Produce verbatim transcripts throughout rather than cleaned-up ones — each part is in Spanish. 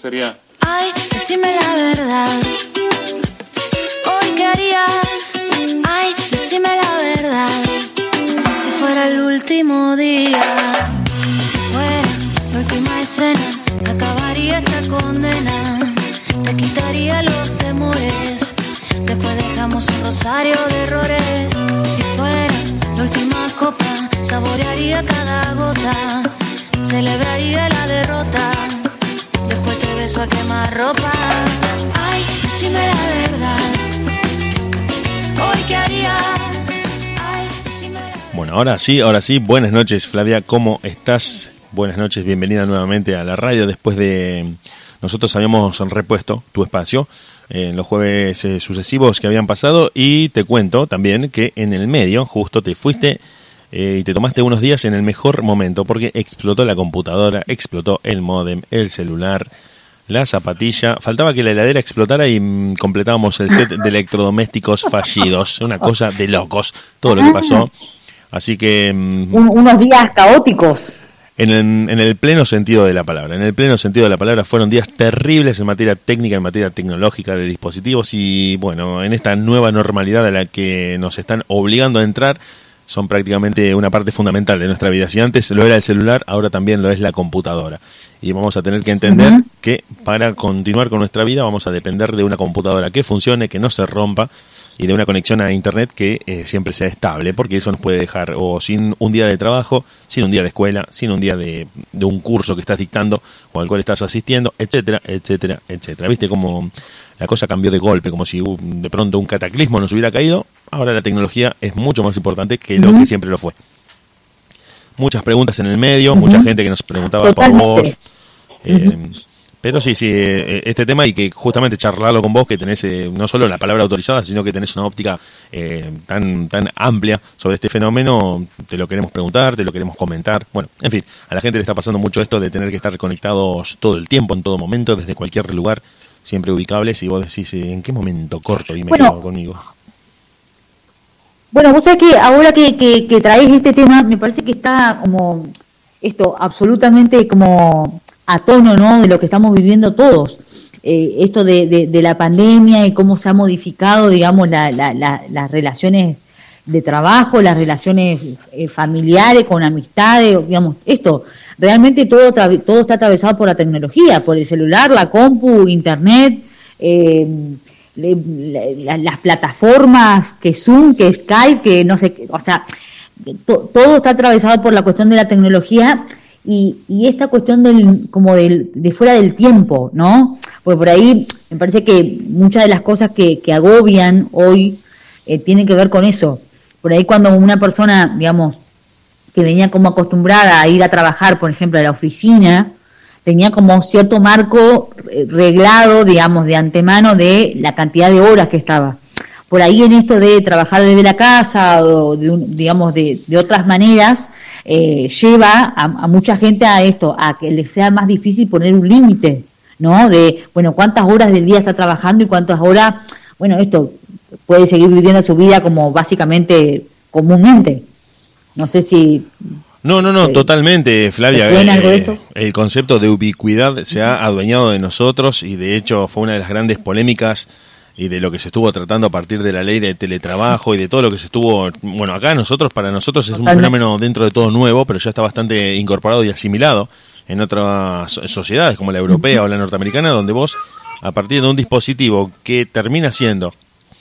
sería... Ay, decime la verdad. Hoy qué harías. Ay, decime la verdad. Si fuera el último día, si fuera la última escena, acabaría esta condena. Te quitaría los temores. Después dejamos un rosario de errores. Si fuera la última copa, saborearía cada gota. Celebraría la derrota. Después te beso a quemar ropa. Ay, decime la verdad. Hoy qué harías. Ay, decime la verdad. Bueno, ahora sí, ahora sí. Buenas noches, Flavia. ¿Cómo estás? Buenas noches, bienvenida nuevamente a la radio. Después de... Nosotros habíamos repuesto tu espacio en los jueves eh, sucesivos que habían pasado. Y te cuento también que en el medio, justo te fuiste... Eh, y te tomaste unos días en el mejor momento porque explotó la computadora, explotó el módem, el celular, la zapatilla. Faltaba que la heladera explotara y mmm, completábamos el set de electrodomésticos fallidos. Una cosa de locos, todo lo que pasó. Así que... Mmm, Un, unos días caóticos. En el, en el pleno sentido de la palabra. En el pleno sentido de la palabra fueron días terribles en materia técnica, en materia tecnológica de dispositivos. Y bueno, en esta nueva normalidad a la que nos están obligando a entrar... son prácticamente una parte fundamental de nuestra vida. Si antes lo era el celular, ahora también lo es la computadora. Y vamos a tener que entender uh-huh. que para continuar con nuestra vida vamos a depender de una computadora que funcione, que no se rompa, y de una conexión a internet que eh, siempre sea estable, porque eso nos puede dejar o sin un día de trabajo, sin un día de escuela, sin un día de, de un curso que estás dictando o al cual estás asistiendo, etcétera, etcétera, etcétera. ¿Viste cómo la cosa cambió de golpe? Como si uh, de pronto un cataclismo nos hubiera caído. Ahora la tecnología es mucho más importante que lo uh-huh. que siempre lo fue. Muchas preguntas en el medio, uh-huh. mucha gente que nos preguntaba Totalmente. por vos. Eh, uh-huh. Pero sí, sí, este tema y que justamente charlarlo con vos, que tenés eh, no solo la palabra autorizada, sino que tenés una óptica eh, tan tan amplia sobre este fenómeno, te lo queremos preguntar, te lo queremos comentar. Bueno, en fin, a la gente le está pasando mucho esto de tener que estar conectados todo el tiempo, en todo momento, desde cualquier lugar, siempre ubicables, y vos decís, ¿en qué momento corto y me bueno, quedo conmigo? Bueno, vos sabés que ahora que, que, que traes este tema, me parece que está como esto, absolutamente como... a tono, ¿no?, de lo que estamos viviendo todos, eh, esto de, de, de la pandemia y cómo se ha modificado, digamos, la, la, la, las relaciones de trabajo, las relaciones eh, familiares, con amistades, digamos, esto, realmente todo tra- todo está atravesado por la tecnología, por el celular, la compu, internet, eh, le, la, las plataformas, que Zoom, que Skype, que no sé, o sea, to, todo está atravesado por la cuestión de la tecnología. Y, y esta cuestión del como del, de fuera del tiempo, ¿no? Porque por ahí me parece que muchas de las cosas que, que agobian hoy eh, tienen que ver con eso. Por ahí cuando una persona, digamos, que venía como acostumbrada a ir a trabajar, por ejemplo, a la oficina, tenía como un cierto marco reglado, digamos, de antemano de la cantidad de horas que estaba. Por ahí en esto de trabajar desde la casa o, de un, digamos, de, de otras maneras, eh, lleva a, a mucha gente a esto, a que les sea más difícil poner un límite, ¿no? De, bueno, cuántas horas del día está trabajando y cuántas horas, bueno, esto puede seguir viviendo su vida como básicamente comúnmente. No sé si... No, no, no, eh, totalmente, Flavia. ¿Te suena eh, algo de esto? El concepto de ubicuidad se ha adueñado de nosotros y de hecho fue una de las grandes polémicas y de lo que se estuvo tratando a partir de la ley de teletrabajo y de todo lo que se estuvo, bueno, acá nosotros, para nosotros es un fenómeno dentro de todo nuevo, pero ya está bastante incorporado y asimilado en otras sociedades como la europea o la norteamericana, donde vos, a partir de un dispositivo que termina siendo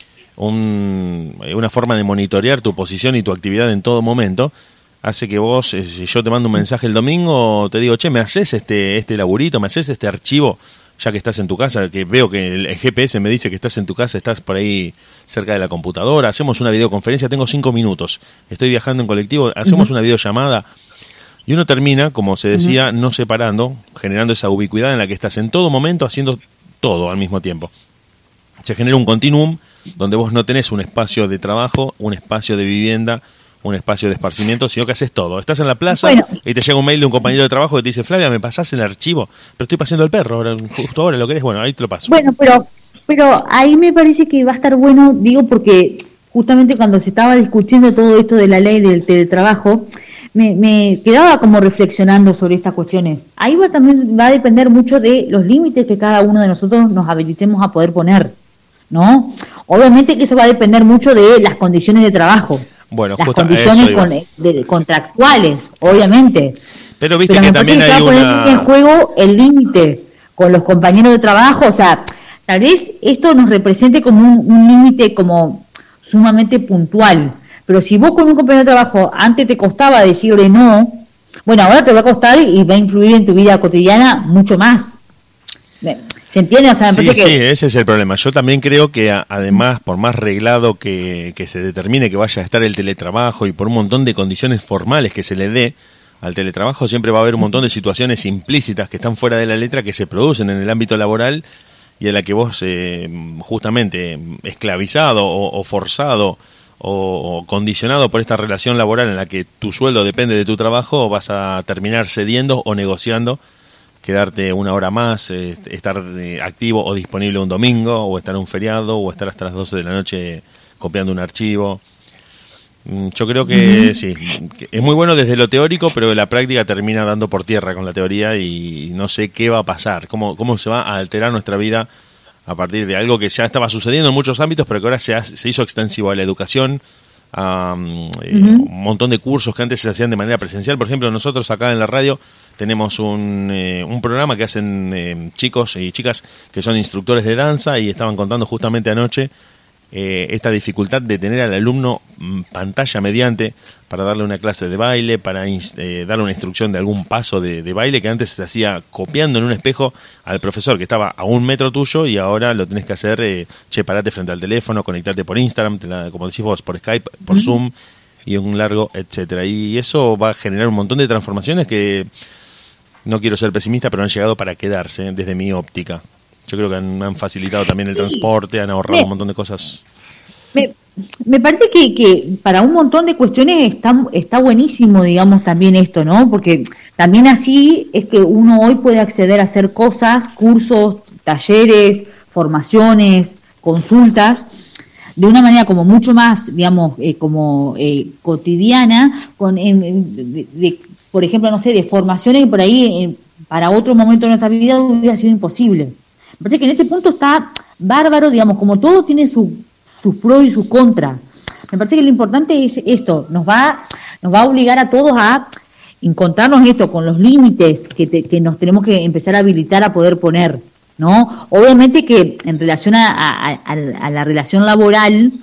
un, una forma de monitorear tu posición y tu actividad en todo momento, hace que vos, si yo te mando un mensaje el domingo, te digo, che, ¿me haces este, este laburito, me haces este archivo? Ya que estás en tu casa, que veo que el G P S me dice que estás en tu casa, estás por ahí cerca de la computadora, hacemos una videoconferencia, tengo cinco minutos, estoy viajando en colectivo, hacemos uh-huh. una videollamada, y uno termina, como se decía, uh-huh. no separando, generando esa ubicuidad en la que estás en todo momento haciendo todo al mismo tiempo. Se genera un continuum donde vos no tenés un espacio de trabajo, un espacio de vivienda, un espacio de esparcimiento, sino que haces todo. Estás en la plaza bueno. y te llega un mail de un compañero de trabajo que te dice, Flavia, ¿me pasás el archivo? Pero estoy paseando el perro, ahora, justo ahora, ¿lo querés? Bueno, ahí te lo paso. Bueno, pero pero ahí me parece que va a estar bueno, digo, porque justamente cuando se estaba discutiendo todo esto de la ley del teletrabajo, me, me quedaba como reflexionando sobre estas cuestiones. Ahí va también va a depender mucho de los límites que cada uno de nosotros nos habilitemos a poder poner, ¿no? Obviamente que eso va a depender mucho de las condiciones de trabajo, bueno, las justo condiciones eso con, de, contractuales, obviamente. Pero viste Pero que me parece también que se va hay a poner una... en juego el límite con los compañeros de trabajo, o sea, tal vez esto nos represente como un, un límite como sumamente puntual, pero si vos con un compañero de trabajo antes te costaba decirle no, bueno, ahora te va a costar y va a influir en tu vida cotidiana mucho más. ¿Se entiende? O sea, me sí, parece sí, que... ese es el problema. Yo también creo que a, además, por más reglado que, que se determine que vaya a estar el teletrabajo y por un montón de condiciones formales que se le dé al teletrabajo, siempre va a haber un montón de situaciones implícitas que están fuera de la letra que se producen en el ámbito laboral y a la que vos eh, justamente esclavizado o, o forzado o, o condicionado por esta relación laboral en la que tu sueldo depende de tu trabajo, vas a terminar cediendo o negociando quedarte una hora más, eh, estar eh, activo o disponible un domingo, o estar un feriado, o estar hasta las doce de la noche copiando un archivo. Mm, yo creo que uh-huh. sí, que es muy bueno desde lo teórico, pero la práctica termina dando por tierra con la teoría y no sé qué va a pasar, cómo, cómo se va a alterar nuestra vida a partir de algo que ya estaba sucediendo en muchos ámbitos, pero que ahora se, ha, se hizo extensivo a la educación, a um, eh, uh-huh. un montón de cursos que antes se hacían de manera presencial. Por ejemplo, nosotros acá en la radio tenemos un, eh, un programa que hacen eh, chicos y chicas que son instructores de danza y estaban contando justamente anoche eh, esta dificultad de tener al alumno mm, pantalla mediante para darle una clase de baile, para eh, darle una instrucción de algún paso de, de baile que antes se hacía copiando en un espejo al profesor que estaba a un metro tuyo y ahora lo tenés que hacer, eh, che, parate frente al teléfono, conectate por Instagram, te la, como decís vos, por Skype, por uh-huh. Zoom y un largo, etcétera. Y eso va a generar un montón de transformaciones que no quiero ser pesimista, pero han llegado para quedarse, ¿eh? Desde mi óptica. Yo creo que han, han facilitado también el sí. transporte, han ahorrado me, un montón de cosas. Me, me parece que, que para un montón de cuestiones está, está buenísimo, digamos, también esto, ¿no? Porque también así es que uno hoy puede acceder a hacer cosas, cursos, talleres, formaciones, consultas, de una manera como mucho más, digamos, eh, como eh, cotidiana, con en, de, de, por ejemplo, no sé, de formaciones que por ahí eh, para otro momento de nuestra vida hubiera sido imposible. Me parece que en ese punto está bárbaro, digamos, como todo tiene su, sus pros y sus contras. Me parece que lo importante es esto, nos va, nos va a obligar a todos a encontrarnos esto con los límites que, te, que nos tenemos que empezar a habilitar a poder poner, ¿no? Obviamente que en relación a, a, a, a la relación laboral,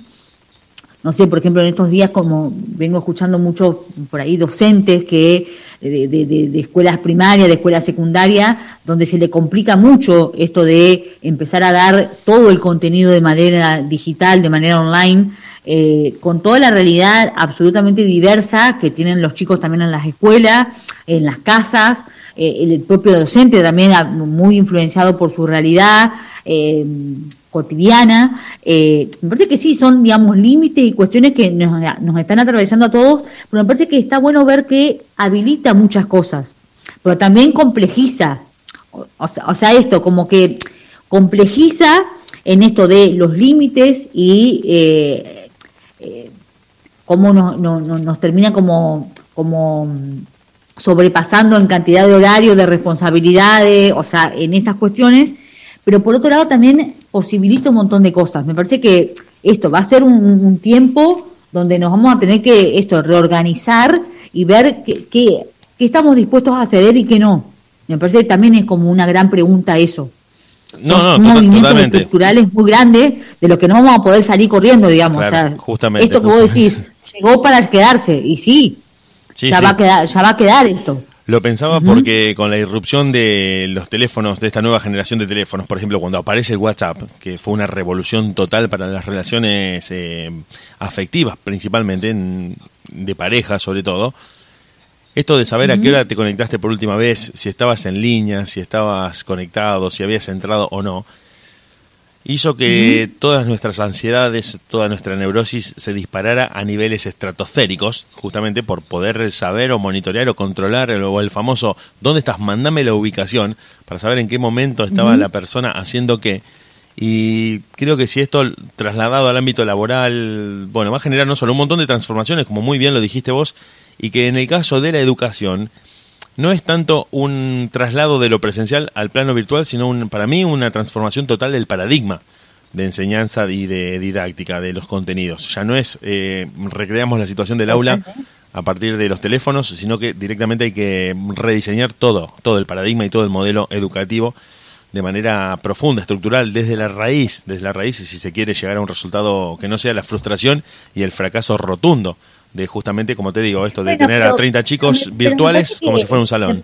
no sé, por ejemplo, en estos días, como vengo escuchando mucho por ahí docentes que de, de, de, de escuelas primarias, de escuelas secundarias, donde se le complica mucho esto de empezar a dar todo el contenido de manera digital, de manera online, eh, con toda la realidad absolutamente diversa que tienen los chicos también en las escuelas, en las casas, eh, el propio docente también muy influenciado por su realidad eh, cotidiana. Eh, me parece que sí, son, digamos, límites y cuestiones que nos, nos están atravesando a todos, pero me parece que está bueno ver que habilita muchas cosas, pero también complejiza, o, o, sea, o sea, esto, como que complejiza en esto de los límites y eh, eh, cómo nos, no, no, nos termina como, como sobrepasando en cantidad de horario, de responsabilidades, o sea, en estas cuestiones. Pero por otro lado también posibilita un montón de cosas. Me parece que esto va a ser un, un tiempo donde nos vamos a tener que esto reorganizar y ver qué, qué, qué estamos dispuestos a ceder y qué no. Me parece que también es como una gran pregunta eso. No, Son no, movimientos totalmente. estructurales muy grandes de los que no vamos a poder salir corriendo, digamos. Claro, o sea, justamente, esto que justamente. vos decís, llegó para quedarse, y sí, sí ya sí. va a quedar, ya va a quedar esto. Lo pensaba Uh-huh. porque con la irrupción de los teléfonos, de esta nueva generación de teléfonos, por ejemplo, cuando aparece el WhatsApp, que fue una revolución total para las relaciones eh, afectivas, principalmente, en, de pareja sobre todo, esto de saber uh-huh. a qué hora te conectaste por última vez, si estabas en línea, si estabas conectado, si habías entrado o no, hizo que uh-huh. todas nuestras ansiedades, toda nuestra neurosis se disparara a niveles estratosféricos, justamente por poder saber o monitorear o controlar el, o el famoso ¿dónde estás? Mándame la ubicación, para saber en qué momento estaba uh-huh. la persona haciendo qué. Y creo que si esto trasladado al ámbito laboral, bueno, va a generar no solo un montón de transformaciones, como muy bien lo dijiste vos, y que en el caso de la educación no es tanto un traslado de lo presencial al plano virtual, sino un, para mí una transformación total del paradigma de enseñanza y de didáctica de los contenidos. Ya no es eh, recreamos la situación del aula a partir de los teléfonos, sino que directamente hay que rediseñar todo, todo el paradigma y todo el modelo educativo de manera profunda, estructural, desde la raíz, desde la raíz, y si se quiere llegar a un resultado que no sea la frustración y el fracaso rotundo de justamente, como te digo, esto de bueno, tener pero, a treinta chicos pero virtuales como que, si fuera un salón.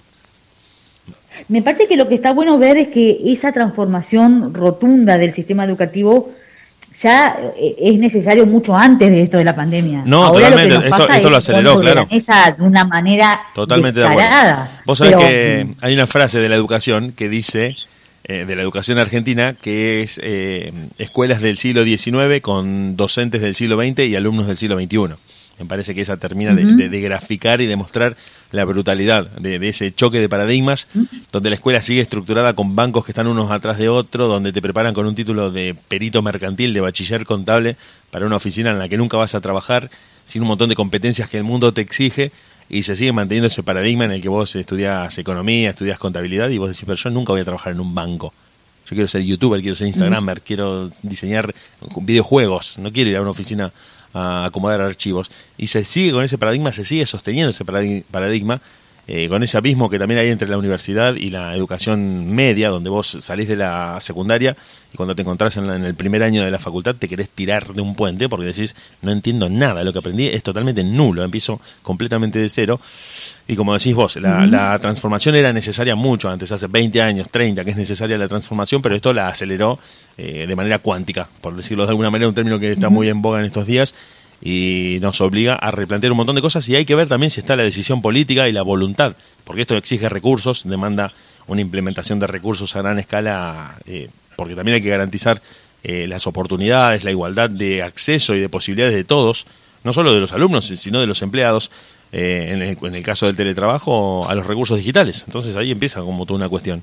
Me parece que lo que está bueno ver es que esa transformación rotunda del sistema educativo ya es necesario mucho antes de esto de la pandemia. No, ahora totalmente, lo que nos esto, pasa esto lo es aceleró, claro. Esa, de una manera totalmente descarada. De acuerdo. Vos sabés pero, que hay una frase de la educación que dice, eh, de la educación argentina, que es eh, escuelas del siglo diecinueve con docentes del siglo veinte y alumnos del siglo veintiuno. Me parece que esa termina uh-huh. de, de, de graficar y demostrar la brutalidad de, de ese choque de paradigmas, uh-huh. donde la escuela sigue estructurada con bancos que están unos atrás de otro, donde te preparan con un título de perito mercantil, de bachiller contable, para una oficina en la que nunca vas a trabajar, sin un montón de competencias que el mundo te exige, y se sigue manteniendo ese paradigma en el que vos estudiás economía, estudiás contabilidad, y vos decís, pero yo nunca voy a trabajar en un banco. Yo quiero ser youtuber, quiero ser instagramer, uh-huh. quiero diseñar videojuegos, no quiero ir a una oficina a acomodar archivos, y se sigue con ese paradigma, se sigue sosteniendo ese paradigma, eh, con ese abismo que también hay entre la universidad y la educación media, donde vos salís de la secundaria y cuando te encontrás en, la, en el primer año de la facultad te querés tirar de un puente porque decís, no entiendo nada, lo que aprendí es totalmente nulo, empiezo completamente de cero. Y como decís vos, la, uh-huh. la transformación era necesaria mucho antes, hace veinte años, treinta, que es necesaria la transformación, pero esto la aceleró eh, de manera cuántica, por decirlo de alguna manera, un término que está uh-huh. muy en boga en estos días, y nos obliga a replantear un montón de cosas, y hay que ver también si está la decisión política y la voluntad, porque esto exige recursos, demanda una implementación de recursos a gran escala, eh, porque también hay que garantizar eh, las oportunidades, la igualdad de acceso y de posibilidades de todos, no solo de los alumnos, sino de los empleados, eh, en, el, en el caso del teletrabajo, a los recursos digitales. Entonces ahí empieza como toda una cuestión.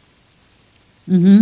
Uh-huh.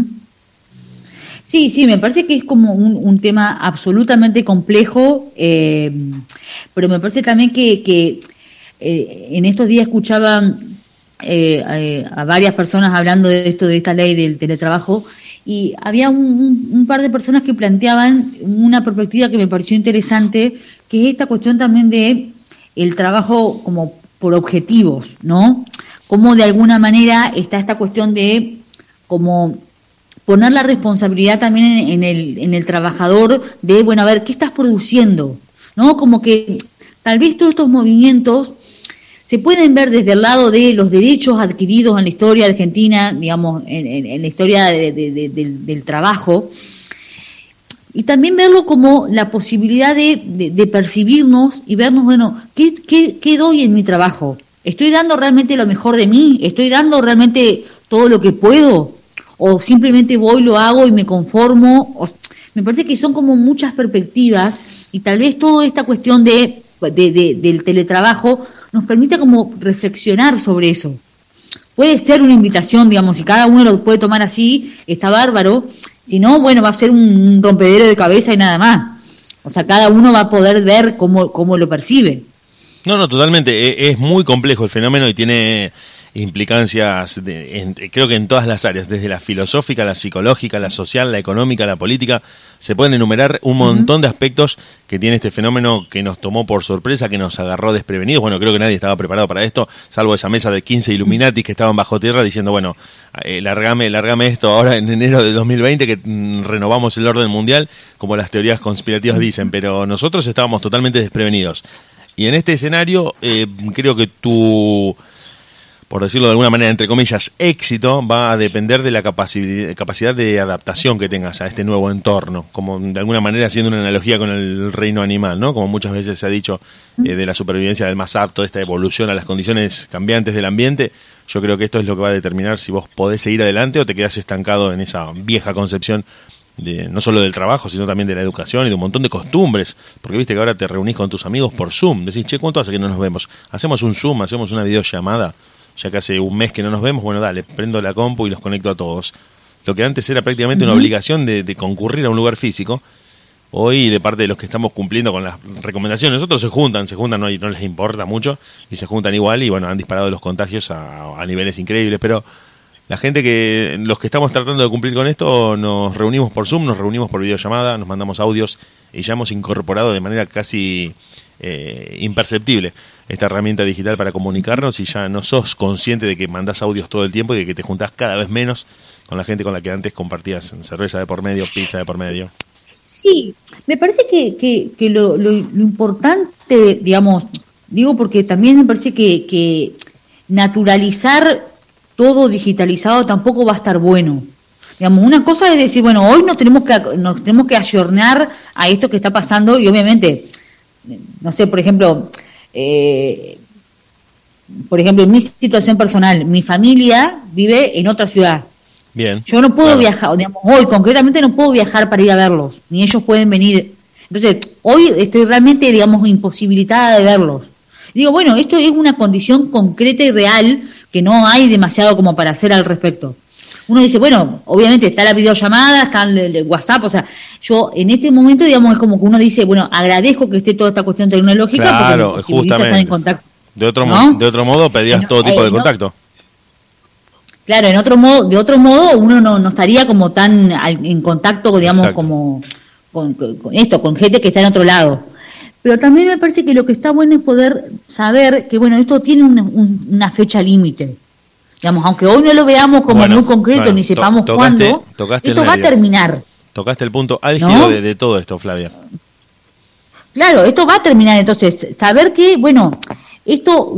Sí, sí, me parece que es como un, un tema absolutamente complejo, eh, pero me parece también que, que eh, en estos días escuchaba eh, a, a varias personas hablando de esto, de esta ley del teletrabajo, y había un, un, un par de personas que planteaban una perspectiva que me pareció interesante, que es esta cuestión también de el trabajo como por objetivos, ¿no? Cómo de alguna manera está esta cuestión de como poner la responsabilidad también en, en el en el trabajador de, bueno, a ver, ¿qué estás produciendo? ¿No? Como que tal vez todos estos movimientos se pueden ver desde el lado de los derechos adquiridos en la historia argentina, digamos, en, en, en la historia de, de, de, del, del trabajo, y también verlo como la posibilidad de, de, de percibirnos y vernos, bueno, ¿qué, qué, ¿qué doy en mi trabajo? ¿Estoy dando realmente lo mejor de mí? ¿Estoy dando realmente todo lo que puedo? ¿O simplemente voy, lo hago y me conformo? O, me parece que son como muchas perspectivas, y tal vez toda esta cuestión de, de, de del teletrabajo nos permite como reflexionar sobre eso. Puede ser una invitación, digamos, si cada uno lo puede tomar así, está bárbaro. Si no, bueno, va a ser un rompedero de cabeza y nada más. O sea, cada uno va a poder ver cómo, cómo lo percibe. No, no, totalmente. Es muy complejo el fenómeno y tiene implicancias, de, en, creo que en todas las áreas, desde la filosófica, la psicológica, la social, la económica, la política. Se pueden enumerar un montón de aspectos que tiene este fenómeno que nos tomó por sorpresa, que nos agarró desprevenidos. Bueno, creo que nadie estaba preparado para esto, salvo esa mesa de quince Illuminatis que estaban bajo tierra diciendo, bueno, eh, largame, largame esto ahora en enero de dos mil veinte, que mm, renovamos el orden mundial, como las teorías conspirativas dicen, pero nosotros estábamos totalmente desprevenidos. Y en este escenario, eh, creo que tu, por decirlo de alguna manera, entre comillas, éxito va a depender de la capacidad, capacidad de adaptación que tengas a este nuevo entorno, como de alguna manera haciendo una analogía con el reino animal, ¿no? Como muchas veces se ha dicho, eh, de la supervivencia del más apto, esta evolución a las condiciones cambiantes del ambiente. Yo creo que esto es lo que va a determinar si vos podés seguir adelante o te quedás estancado en esa vieja concepción de no solo del trabajo, sino también de la educación y de un montón de costumbres, porque viste que ahora te reunís con tus amigos por Zoom, decís, che, ¿cuánto hace que no nos vemos? Hacemos un Zoom, hacemos una videollamada, ya que hace un mes que no nos vemos, bueno, dale, prendo la compu y los conecto a todos. Lo que antes era prácticamente uh-huh. una obligación de, de concurrir a un lugar físico, hoy de parte de los que estamos cumpliendo con las recomendaciones. Otros se juntan, se juntan, no, no les importa mucho, y se juntan igual, y bueno, han disparado los contagios a, a niveles increíbles, pero la gente que, los que estamos tratando de cumplir con esto, nos reunimos por Zoom, nos reunimos por videollamada, nos mandamos audios, y ya hemos incorporado de manera casi eh, imperceptible esta herramienta digital para comunicarnos, y ya no sos consciente de que mandás audios todo el tiempo y de que te juntás cada vez menos con la gente con la que antes compartías cerveza de por medio, pizza de por medio. Sí, me parece que, que, que lo, lo, lo importante, digamos, digo porque también me parece que, que naturalizar todo digitalizado tampoco va a estar bueno. Digamos, una cosa es decir, bueno, hoy nos tenemos que nos tenemos que ayornar a esto que está pasando, y obviamente, no sé, por ejemplo, eh, por ejemplo, en mi situación personal, mi familia vive en otra ciudad. Bien. Yo no puedo claro. viajar, digamos, hoy concretamente no puedo viajar para ir a verlos, ni ellos pueden venir. Entonces, hoy estoy realmente, digamos, imposibilitada de verlos. Digo, bueno, esto es una condición concreta y real que no hay demasiado como para hacer al respecto. Uno dice, bueno, obviamente está la videollamada, está el, el WhatsApp, o sea, yo en este momento, digamos, es como que uno dice, bueno, agradezco que esté toda esta cuestión tecnológica, claro, porque me posibilita estar en contacto. De otro, ¿no? mo- de otro modo pedías no, todo tipo eh, de no. contacto. Claro, en otro modo, de otro modo uno no, no estaría como tan al, en contacto, digamos, Exacto. como con, con, con esto, con gente que está en otro lado. Pero también me parece que lo que está bueno es poder saber que, bueno, esto tiene una, un, una fecha límite. Digamos, aunque hoy no lo veamos como Bueno, muy concreto, bueno, ni sepamos to- tocaste- cuándo, tocaste esto el va a medio. terminar. Tocaste el punto álgido ¿No? de, de todo esto, Flavia. Claro, esto va a terminar. Entonces, saber que, bueno, esto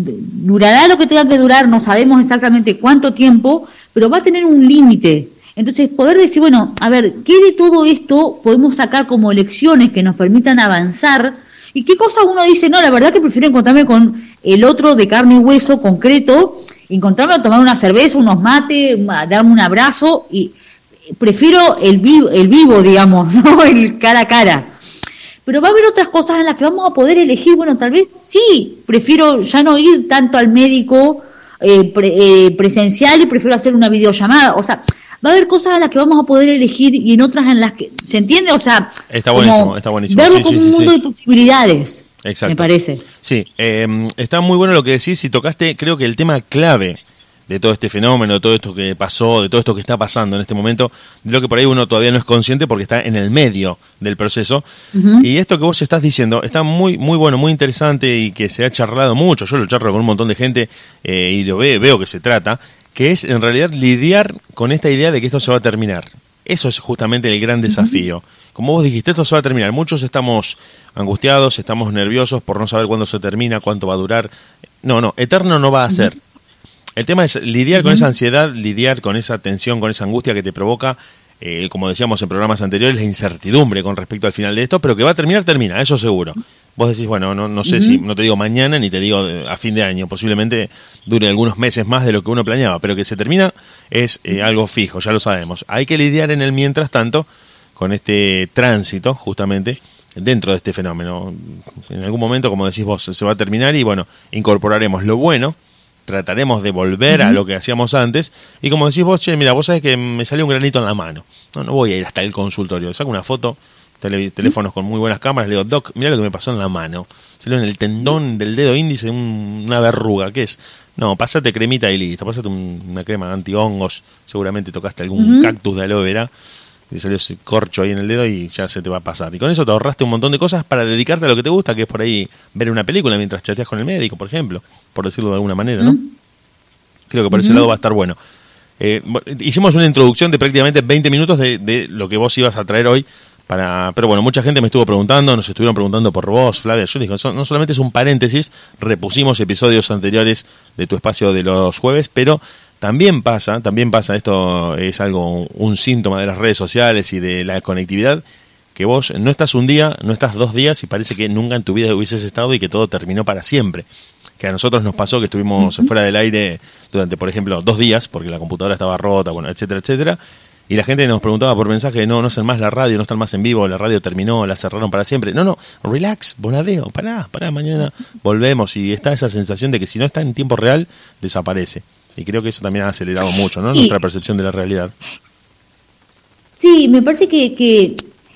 durará lo que tenga que durar, no sabemos exactamente cuánto tiempo, pero va a tener un límite. Entonces, poder decir, bueno, a ver, ¿qué de todo esto podemos sacar como lecciones que nos permitan avanzar? ¿Y qué cosas uno dice, no, la verdad que prefiero encontrarme con el otro de carne y hueso concreto, encontrarme a tomar una cerveza, unos mates, darme un abrazo, y prefiero el vivo, el vivo, digamos, ¿no? El cara a cara. Pero va a haber otras cosas en las que vamos a poder elegir, bueno, tal vez sí, prefiero ya no ir tanto al médico eh, pre, eh, presencial y prefiero hacer una videollamada. O sea, va a haber cosas en las que vamos a poder elegir y en otras en las que, ¿se entiende? O sea, Está buenísimo, está buenísimo. verlo Sí, como sí, un sí, mundo sí. de posibilidades, Exacto. me parece. Sí, eh, está muy bueno lo que decís, y tocaste, creo que el tema clave de todo este fenómeno, de todo esto que pasó, de todo esto que está pasando en este momento, de lo que por ahí uno todavía no es consciente porque está en el medio del proceso. Uh-huh. Y esto que vos estás diciendo está muy muy bueno, muy interesante, y que se ha charlado mucho. Yo lo charlo con un montón de gente eh, y lo ve, veo que se trata, que es en realidad lidiar con esta idea de que esto se va a terminar. Eso es justamente el gran desafío. Como vos dijiste, esto se va a terminar. Muchos estamos angustiados, estamos nerviosos por no saber cuándo se termina, cuánto va a durar. No, no, eterno no va a ser. El tema es lidiar con esa ansiedad, lidiar con esa tensión, con esa angustia que te provoca, eh, como decíamos en programas anteriores, la incertidumbre con respecto al final de esto, pero que va a terminar, termina, eso seguro. Vos decís, bueno, no, no sé uh-huh. si, no te digo mañana ni te digo a fin de año, posiblemente dure algunos meses más de lo que uno planeaba, pero que se termina es eh, algo fijo, ya lo sabemos. Hay que lidiar en el mientras tanto con este tránsito, justamente, dentro de este fenómeno. En algún momento, como decís vos, se va a terminar y bueno, incorporaremos lo bueno, trataremos de volver uh-huh. a lo que hacíamos antes, y como decís vos, che, mira, vos sabés que me salió un granito en la mano, no, no voy a ir hasta el consultorio, saco una foto, tele, teléfonos con muy buenas cámaras, le digo, Doc, mira lo que me pasó en la mano, salió en el tendón del dedo índice un, una verruga, ¿qué es? No, pásate cremita y listo, pásate un, una crema anti-hongos, seguramente tocaste algún uh-huh. cactus de aloe vera, y salió ese corcho ahí en el dedo y ya se te va a pasar. Y con eso te ahorraste un montón de cosas para dedicarte a lo que te gusta, que es por ahí ver una película mientras chateas con el médico, por ejemplo, por decirlo de alguna manera, ¿no? Mm. Creo que por ese mm. lado va a estar bueno. Eh, hicimos una introducción de prácticamente veinte minutos de, de lo que vos ibas a traer hoy, para, pero bueno, mucha gente me estuvo preguntando, nos estuvieron preguntando por vos, Flavia. Yo dije, no solamente es un paréntesis, repusimos episodios anteriores de tu espacio de los jueves, pero También pasa, también pasa, esto es algo, un síntoma de las redes sociales y de la conectividad, que vos no estás un día, no estás dos días y parece que nunca en tu vida hubieses estado y que todo terminó para siempre. Que a nosotros nos pasó que estuvimos uh-huh. fuera del aire durante, por ejemplo, dos días, porque la computadora estaba rota, bueno, etcétera, etcétera. Y la gente nos preguntaba por mensaje, no, no hacen más la radio, no están más en vivo, la radio terminó, la cerraron para siempre. No, no, relax, bonadeo, pará, pará, mañana volvemos. Y está esa sensación de que si no está en tiempo real, desaparece. Y creo que eso también ha acelerado mucho, ¿no? Sí. Nuestra percepción de la realidad. Sí, me parece que, que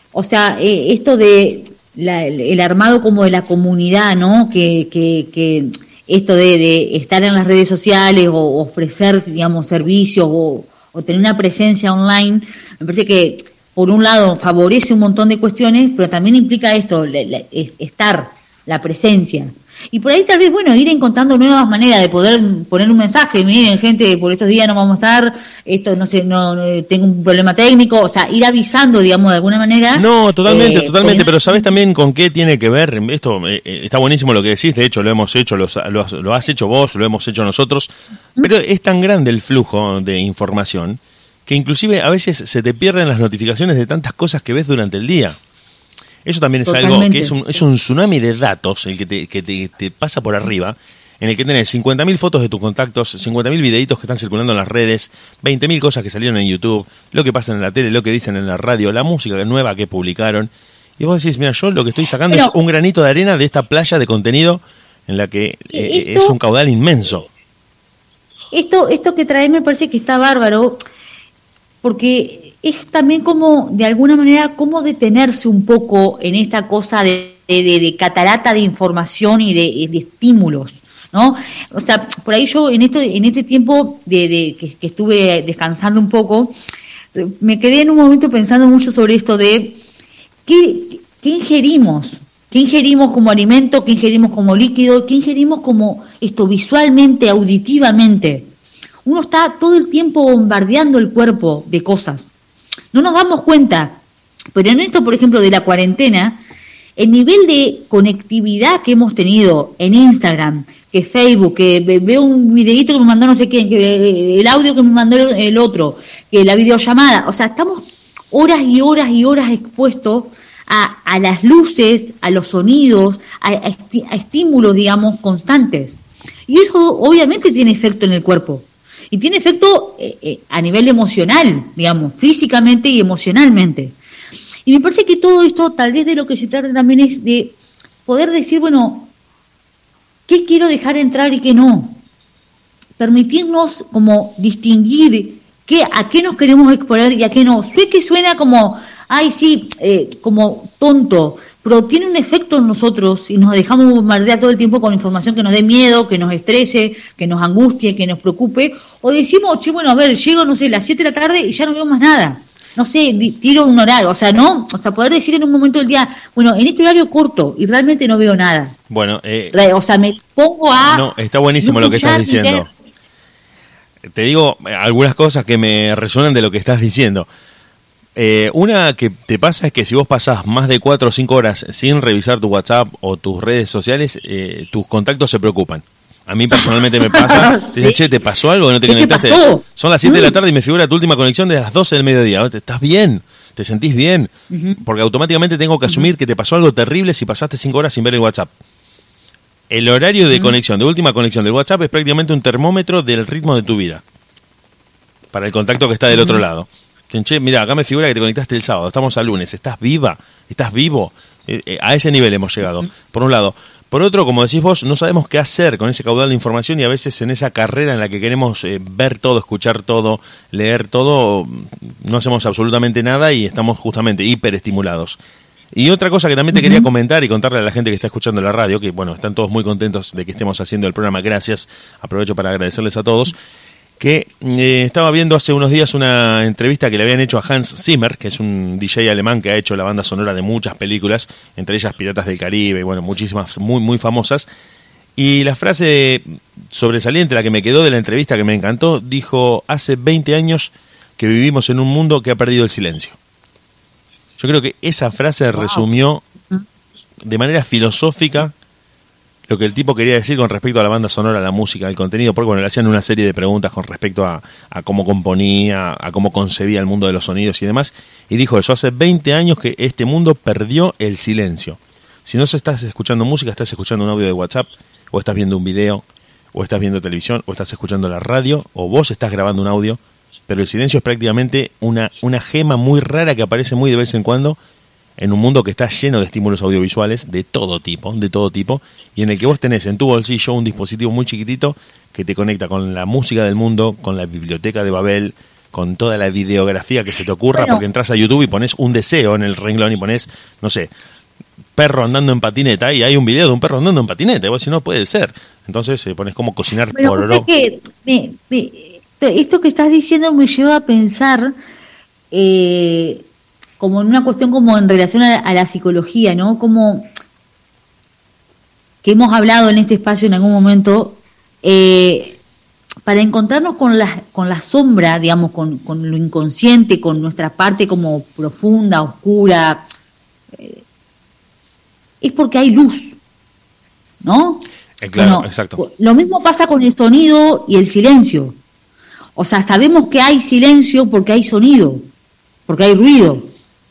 o sea, eh, esto de la, el armado como de la comunidad, ¿no? Que, que, que esto de, de estar en las redes sociales o ofrecer, digamos, servicios o, o tener una presencia online, me parece que por un lado favorece un montón de cuestiones, pero también implica esto, la, la, estar, la presencia. Y por ahí tal vez, bueno, ir encontrando nuevas maneras de poder poner un mensaje. Miren, gente, por estos días no vamos a estar, esto no sé, no, no tengo un problema técnico, o sea, ir avisando, digamos, de alguna manera. No, totalmente, eh, totalmente, poniendo... pero ¿sabés también con qué tiene que ver? Esto eh, está buenísimo lo que decís, de hecho lo hemos hecho, lo, lo, has, lo has hecho vos, lo hemos hecho nosotros, pero es tan grande el flujo de información que inclusive a veces se te pierden las notificaciones de tantas cosas que ves durante el día. Eso también es Totalmente. algo que es un, es un tsunami de datos el que, te, que te, te pasa por arriba, en el que tenés cincuenta mil fotos de tus contactos, cincuenta mil videitos que están circulando en las redes, veinte mil cosas que salieron en YouTube, lo que pasa en la tele, lo que dicen en la radio, la música nueva que publicaron. Y vos decís, mira, yo lo que estoy sacando Pero, es un granito de arena de esta playa de contenido en la que eh, esto, es un caudal inmenso. Esto, esto que trae me parece que está bárbaro, porque es también como, de alguna manera, como detenerse un poco en esta cosa de, de, de catarata de información y de, de estímulos, ¿no? O sea, por ahí yo en esto, en este tiempo de, de que, que estuve descansando un poco, me quedé en un momento pensando mucho sobre esto de qué, qué ingerimos, qué ingerimos como alimento, qué ingerimos como líquido, qué ingerimos como esto visualmente, auditivamente. Uno está todo el tiempo bombardeando el cuerpo de cosas. No nos damos cuenta, pero en esto, por ejemplo, de la cuarentena, el nivel de conectividad que hemos tenido en Instagram, que Facebook, que veo un videíto que me mandó no sé quién, que el audio que me mandó el otro, que la videollamada, o sea, estamos horas y horas y horas expuestos a, a las luces, a los sonidos, a, a, esti- a estímulos, digamos, constantes. Y eso obviamente tiene efecto en el cuerpo. Y tiene efecto eh, eh, a nivel emocional, digamos, físicamente y emocionalmente. Y me parece que todo esto, tal vez de lo que se trata también es de poder decir, bueno, ¿qué quiero dejar entrar y qué no? Permitirnos como distinguir qué, a qué nos queremos exponer y a qué no. Sé que suena como, ay, sí, eh, como tonto, pero tiene un efecto en nosotros y nos dejamos bombardear todo el tiempo con información que nos dé miedo, que nos estrese, que nos angustie, que nos preocupe, o decimos, che, bueno, a ver, llego, no sé, a las siete de la tarde y ya no veo más nada. No sé, tiro de un horario, o sea, ¿no? O sea, poder decir en un momento del día, bueno, en este horario corto y realmente no veo nada. Bueno, eh, o sea, me pongo a... No, está buenísimo no lo que estás diciendo. Ver. Te digo algunas cosas que me resuenan de lo que estás diciendo. Eh, una que te pasa es que si vos pasás más de cuatro o cinco horas sin revisar tu WhatsApp o tus redes sociales, eh, tus contactos se preocupan. A mí personalmente me pasa, te dicen, ¿sí? Che, ¿te pasó algo? ¿No te conectaste? Son las siete de la tarde y me figura tu última conexión de las doce del mediodía. ¿Estás bien? ¿Te sentís bien? Uh-huh. Porque automáticamente tengo que asumir uh-huh. que te pasó algo terrible si pasaste cinco horas sin ver el WhatsApp. El horario de uh-huh. conexión, de última conexión del WhatsApp es prácticamente un termómetro del ritmo de tu vida. Para el contacto que está del uh-huh. otro lado. Che, mira, acá me figura que te conectaste el sábado, estamos al lunes, ¿estás viva? ¿Estás vivo? Eh, eh, a ese nivel hemos llegado, por un lado. Por otro, como decís vos, no sabemos qué hacer con ese caudal de información y a veces en esa carrera en la que queremos eh, ver todo, escuchar todo, leer todo, no hacemos absolutamente nada y estamos justamente hiperestimulados. Y otra cosa que también te uh-huh. quería comentar y contarle a la gente que está escuchando la radio, que bueno, están todos muy contentos de que estemos haciendo el programa, gracias, aprovecho para agradecerles a todos, que eh, estaba viendo hace unos días una entrevista que le habían hecho a Hans Zimmer, que es un D J alemán que ha hecho la banda sonora de muchas películas, entre ellas Piratas del Caribe, y bueno, muchísimas muy muy famosas. Y la frase sobresaliente, la que me quedó de la entrevista, que me encantó, dijo, hace veinte años que vivimos en un mundo que ha perdido el silencio. Yo creo que esa frase wow. resumió de manera filosófica lo que el tipo quería decir con respecto a la banda sonora, a la música, al contenido, porque bueno, le hacían una serie de preguntas con respecto a, a cómo componía, a cómo concebía el mundo de los sonidos y demás, y dijo eso, hace veinte años que este mundo perdió el silencio. Si no estás escuchando música, estás escuchando un audio de WhatsApp, o estás viendo un video, o estás viendo televisión, o estás escuchando la radio, o vos estás grabando un audio, pero el silencio es prácticamente una, una gema muy rara que aparece muy de vez en cuando en un mundo que está lleno de estímulos audiovisuales de todo tipo, de todo tipo, y en el que vos tenés en tu bolsillo un dispositivo muy chiquitito que te conecta con la música del mundo, con la biblioteca de Babel, con toda la videografía que se te ocurra, bueno, porque entras a YouTube y pones un deseo en el renglón y pones, no sé, perro andando en patineta, y hay un video de un perro andando en patineta, y vos decís, no puede ser. Entonces eh, pones como cocinar bueno, pororó. O sea que me, me, esto que estás diciendo me lleva a pensar eh, como en una cuestión como en relación a, a la psicología, ¿no? Como que hemos hablado en este espacio en algún momento, eh, para encontrarnos con la, con la sombra, digamos, con, con lo inconsciente, con nuestra parte como profunda, oscura, eh, es porque hay luz, ¿no? Eh, claro, bueno, exacto. Lo mismo pasa con el sonido y el silencio. O sea, sabemos que hay silencio porque hay sonido, porque hay ruido.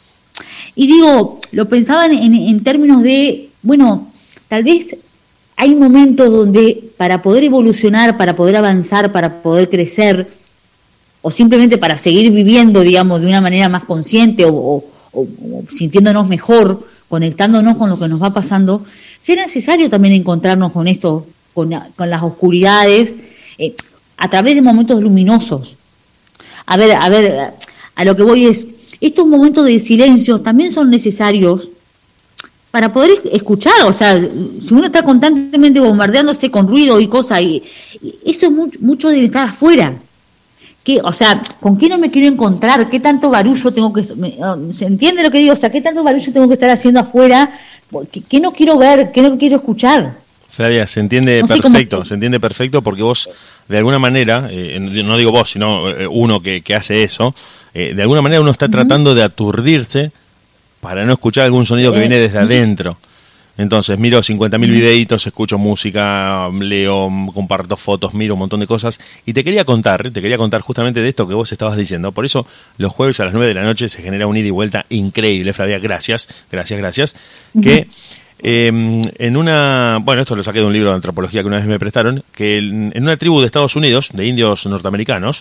Y digo, lo pensaba en, en, en términos de, bueno, tal vez hay momentos donde para poder evolucionar, para poder avanzar, para poder crecer, o simplemente para seguir viviendo, digamos, de una manera más consciente o, o, o, o sintiéndonos mejor, conectándonos con lo que nos va pasando, será necesario también encontrarnos con esto, con, con las oscuridades, eh, a través de momentos luminosos. A ver, a ver, a lo que voy es, estos momentos de silencio también son necesarios para poder escuchar. O sea, si uno está constantemente bombardeándose con ruido y cosas, y, y eso es mucho, mucho de estar afuera. ¿Qué, o sea, ¿con qué no me quiero encontrar? ¿Qué tanto barullo tengo que... Me, ¿se entiende lo que digo? O sea, ¿qué tanto barullo tengo que estar haciendo afuera? ¿Qué, qué no quiero ver? ¿Qué no quiero escuchar? Flavia, se entiende no sé perfecto, cómo... se entiende perfecto porque vos, de alguna manera, eh, no digo vos, sino eh, uno que, que hace eso, eh, de alguna manera uno está uh-huh. tratando de aturdirse para no escuchar algún sonido que viene desde uh-huh. adentro. Entonces miro cincuenta mil uh-huh. videitos, escucho música, leo, comparto fotos, miro un montón de cosas, y te quería contar, te quería contar justamente de esto que vos estabas diciendo. Por eso los jueves a las nueve de la noche se genera un ida y vuelta increíble, Flavia, gracias, gracias, gracias, uh-huh. que... Eh, en una, bueno, esto lo saqué de un libro de antropología que una vez me prestaron, que en una tribu de Estados Unidos, de indios norteamericanos,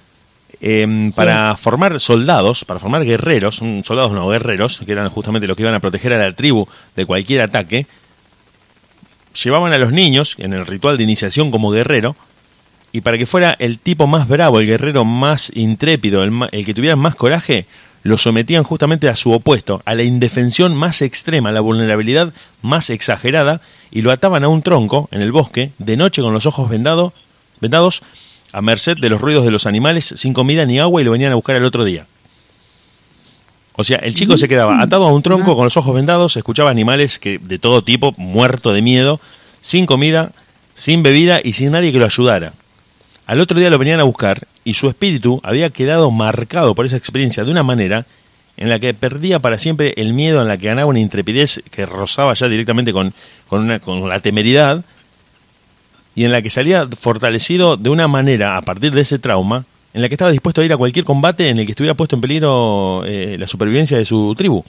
eh, sí. para formar soldados, para formar guerreros, soldados no, guerreros, que eran justamente los que iban a proteger a la tribu de cualquier ataque, llevaban a los niños en el ritual de iniciación como guerrero, y para que fuera el tipo más bravo, el guerrero más intrépido, el, el que tuviera más coraje, lo sometían justamente a su opuesto, a la indefensión más extrema, a la vulnerabilidad más exagerada, y lo ataban a un tronco en el bosque, de noche con los ojos vendado, vendados, a merced de los ruidos de los animales, sin comida ni agua, y lo venían a buscar al otro día. O sea, el chico se quedaba atado a un tronco con los ojos vendados, escuchaba animales que de todo tipo, muerto de miedo, sin comida, sin bebida y sin nadie que lo ayudara. Al otro día lo venían a buscar y su espíritu había quedado marcado por esa experiencia de una manera en la que perdía para siempre el miedo, en la que ganaba una intrepidez que rozaba ya directamente con, con, una, con la temeridad, y en la que salía fortalecido de una manera, a partir de ese trauma, en la que estaba dispuesto a ir a cualquier combate en el que estuviera puesto en peligro eh, la supervivencia de su tribu.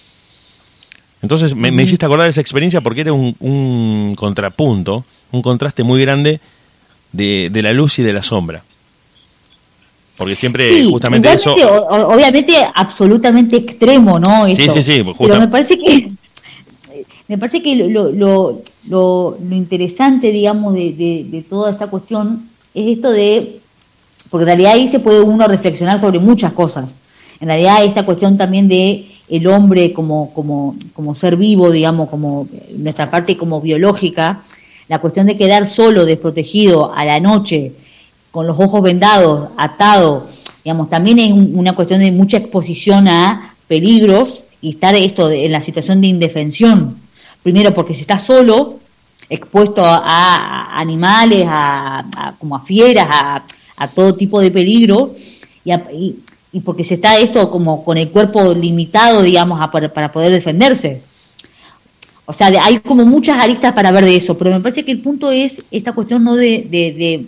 Entonces me, me hiciste acordar de esa experiencia porque era un, un contrapunto, un contraste muy grande de, de la luz y de la sombra. Porque siempre sí, justamente eso... O, obviamente absolutamente extremo, ¿no? Esto. Sí, sí, sí. Justa... Pero me parece que me parece que lo, lo, lo, lo interesante, digamos, de, de, de toda esta cuestión es esto de... Porque en realidad ahí se puede uno reflexionar sobre muchas cosas. En realidad esta cuestión también de el hombre como, como, como ser vivo, digamos, como nuestra parte como biológica, la cuestión de quedar solo, desprotegido, a la noche, con los ojos vendados, atado, digamos, también es una cuestión de mucha exposición a peligros y estar esto de, en la situación de indefensión. Primero porque si está solo, expuesto a, a animales, a, a, como a fieras, a, a todo tipo de peligro, y, a, y, y porque se está esto como con el cuerpo limitado, digamos, a, para, para poder defenderse. O sea, de, hay como muchas aristas para ver de eso, pero me parece que el punto es esta cuestión no de, de, de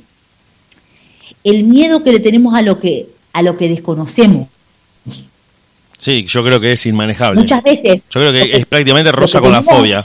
el miedo que le tenemos a lo que a lo que desconocemos. Sí, yo creo que es inmanejable. Muchas veces. Yo creo que, que es prácticamente rosa que con tenemos, la fobia.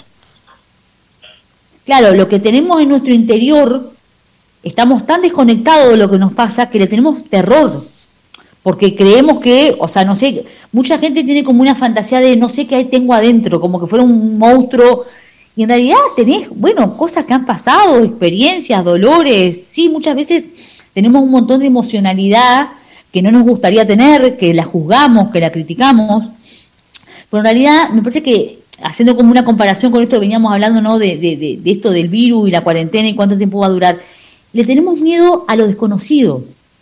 Claro, lo que tenemos en nuestro interior, estamos tan desconectados de lo que nos pasa que le tenemos terror. Porque creemos que, o sea, no sé, mucha gente tiene como una fantasía de no sé qué tengo adentro, como que fuera un monstruo. Y en realidad tenés, bueno, cosas que han pasado, experiencias, dolores. Sí, muchas veces tenemos un montón de emocionalidad, que no nos gustaría tener, que la juzgamos, que la criticamos. Pero en realidad me parece que, haciendo como una comparación con esto que veníamos hablando, ¿no? de, de, de, de esto del virus y la cuarentena y cuánto tiempo va a durar, le tenemos miedo a lo desconocido,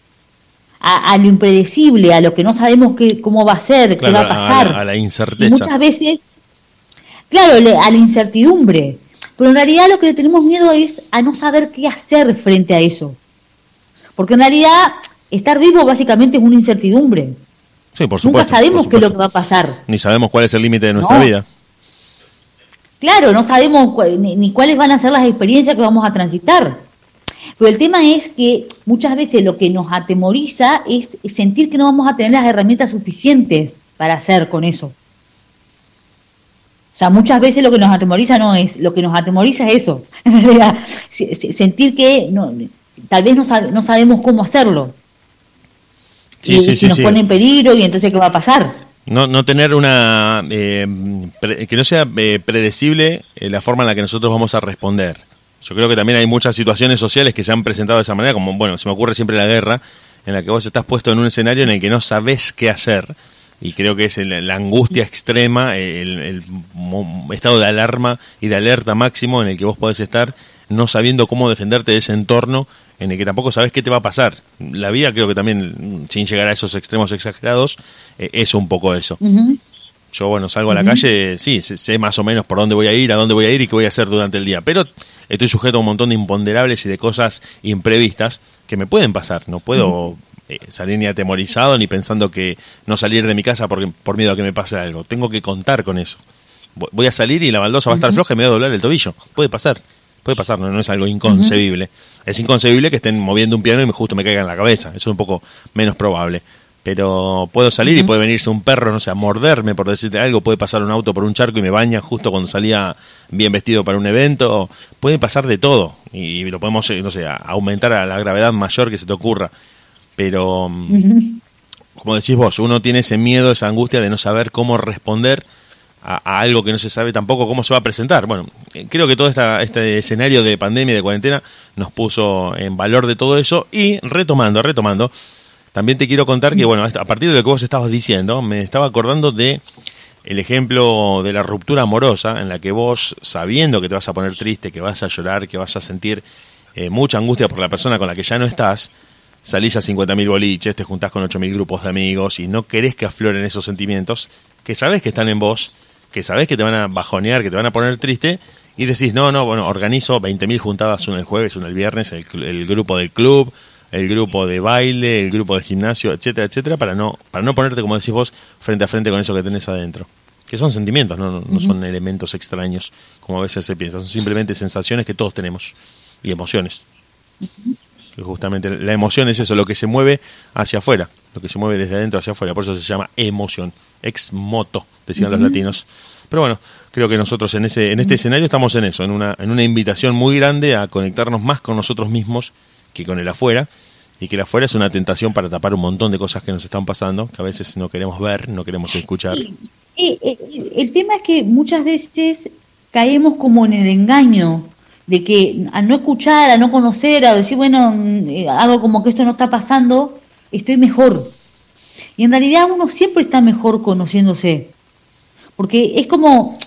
a, a lo impredecible, a lo que no sabemos que, cómo va a ser, claro, qué va a pasar. A la, a la incerteza. Y muchas veces, claro, le, a la incertidumbre. Pero en realidad lo que le tenemos miedo es a no saber qué hacer frente a eso. Porque en realidad estar vivo básicamente es una incertidumbre. Sí, por supuesto. Nunca sabemos qué es lo que va a pasar. Ni sabemos cuál es el límite de nuestra no. vida. Claro, no sabemos cu- ni, ni cuáles van a ser las experiencias que vamos a transitar. Pero el tema es que muchas veces lo que nos atemoriza es sentir que no vamos a tener las herramientas suficientes para hacer con eso. O sea, muchas veces lo que nos atemoriza no es, lo que nos atemoriza es eso. En realidad, sentir que no, tal vez no, sab- no sabemos cómo hacerlo. Sí, y sí, si sí, nos sí. pone en peligro, y entonces ¿qué va a pasar? No, no tener una... Eh, pre- que no sea eh, predecible eh, la forma en la que nosotros vamos a responder. Yo creo que también hay muchas situaciones sociales que se han presentado de esa manera, como, bueno, se me ocurre siempre la guerra, en la que vos estás puesto en un escenario en el que no sabés qué hacer, y creo que es el, la angustia extrema, el, el mo- estado de alarma y de alerta máximo en el que vos podés estar, no sabiendo cómo defenderte de ese entorno en el que tampoco sabés qué te va a pasar. La vida, creo que también, sin llegar a esos extremos exagerados, eh, es un poco eso. Uh-huh. Yo, bueno, salgo a la Uh-huh. calle, sí, sé, sé más o menos por dónde voy a ir, a dónde voy a ir y qué voy a hacer durante el día, pero estoy sujeto a un montón de imponderables y de cosas imprevistas que me pueden pasar. No puedo uh-huh. eh, salir ni atemorizado ni pensando que no salir de mi casa porque, por miedo a que me pase algo. Tengo que contar con eso. Voy a salir y la baldosa va a estar Uh-huh. floja y me va a doblar el tobillo. Puede pasar, puede pasar, no, no es algo inconcebible. Uh-huh. Es inconcebible que estén moviendo un piano y me justo me caiga en la cabeza. Eso es un poco menos probable. Pero puedo salir uh-huh. y puede venirse un perro, no sé, a morderme, por decirte algo. Puede pasar un auto por un charco y me baña justo cuando salía bien vestido para un evento. Puede pasar de todo. Y lo podemos, no sé, aumentar a la gravedad mayor que se te ocurra. Pero, uh-huh. como decís vos, uno tiene ese miedo, esa angustia de no saber cómo responder a, a algo que no se sabe tampoco cómo se va a presentar. Bueno, creo que todo esta, este escenario de pandemia y de cuarentena nos puso en valor de todo eso. Y retomando, retomando... También te quiero contar que, bueno, a partir de lo que vos estabas diciendo, me estaba acordando de el ejemplo de la ruptura amorosa, en la que vos, sabiendo que te vas a poner triste, que vas a llorar, que vas a sentir eh, mucha angustia por la persona con la que ya no estás, salís a cincuenta mil boliches, te juntás con ocho mil grupos de amigos y no querés que afloren esos sentimientos, que sabés que están en vos, que sabés que te van a bajonear, que te van a poner triste, y decís, no, no, bueno, organizo veinte mil juntadas, una el jueves, una el viernes, el, el grupo del club, el grupo de baile, el grupo de gimnasio, etcétera, etcétera, para no para no ponerte, como decís vos, frente a frente con eso que tenés adentro. Que son sentimientos, no, no, no son uh-huh. elementos extraños, como a veces se piensa. Son simplemente sensaciones que todos tenemos y emociones. Uh-huh. Que justamente la emoción es eso, lo que se mueve hacia afuera, lo que se mueve desde adentro hacia afuera. Por eso se llama emoción, ex moto, decían uh-huh. los latinos. Pero bueno, creo que nosotros en ese en este uh-huh. escenario estamos en eso, en una en una invitación muy grande a conectarnos más con nosotros mismos que con el afuera, y que el afuera es una tentación para tapar un montón de cosas que nos están pasando, que a veces no queremos ver, no queremos escuchar. Sí. Eh, eh, el tema es que muchas veces caemos como en el engaño de que al no escuchar, a no conocer, a decir, bueno, eh, hago como que esto no está pasando, estoy mejor. Y en realidad uno siempre está mejor conociéndose, porque es como,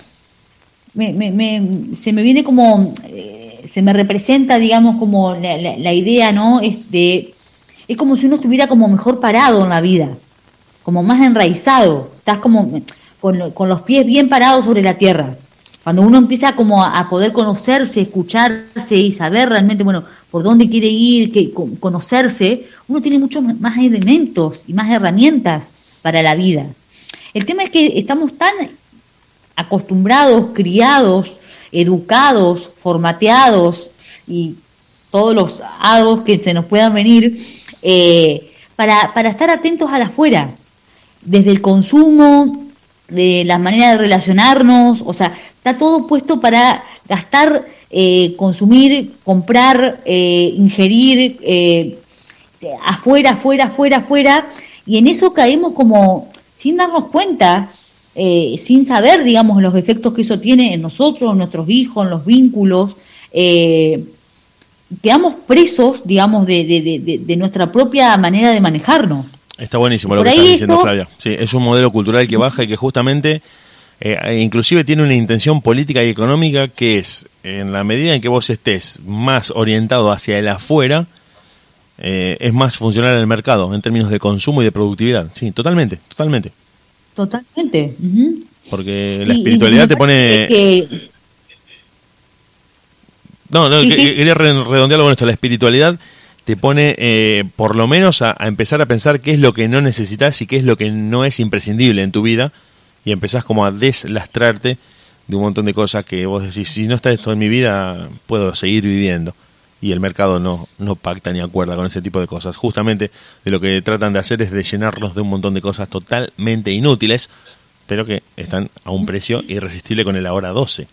me, me, me, se me viene como... Eh, se me representa, digamos, como la, la, la idea, ¿no? Es, de, es como si uno estuviera como mejor parado en la vida, como más enraizado, estás como con, con los pies bien parados sobre la tierra. Cuando uno empieza como a, a poder conocerse, escucharse y saber realmente, bueno, por dónde quiere ir, que, conocerse, uno tiene muchos más elementos y más herramientas para la vida. El tema es que estamos tan acostumbrados, criados, educados, formateados y todos los hados que se nos puedan venir eh, para, para estar atentos al afuera, desde el consumo, de la manera de relacionarnos, o sea, está todo puesto para gastar, eh, consumir, comprar, eh, ingerir, eh, afuera, afuera, afuera, afuera, y en eso caemos como sin darnos cuenta. Eh, sin saber, digamos, los efectos que eso tiene en nosotros, en nuestros hijos, en los vínculos, eh, quedamos presos, digamos, de, de, de, de nuestra propia manera de manejarnos. Está buenísimo lo Por que ahí estás diciendo, esto- Flavia. Sí, es un modelo cultural que baja y que justamente, eh, inclusive tiene una intención política y económica que es, en la medida en que vos estés más orientado hacia el afuera, eh, es más funcional al mercado en términos de consumo y de productividad. Sí, totalmente, totalmente. Totalmente. Ujú. Porque la Y- y- espiritualidad y te me pone... parece que- No, no, Sí, que- sí. quería re- redondearlo con esto. La espiritualidad te pone, eh, por lo menos, a, a empezar a pensar qué es lo que no necesitas y qué es lo que no es imprescindible en tu vida, y empezás como a deslastrarte de un montón de cosas que vos decís, si no está esto en mi vida, puedo seguir viviendo. Y el mercado no, no pacta ni acuerda con ese tipo de cosas. Justamente de lo que tratan de hacer es de llenarnos de un montón de cosas totalmente inútiles, pero que están a un precio irresistible con el ahora doce.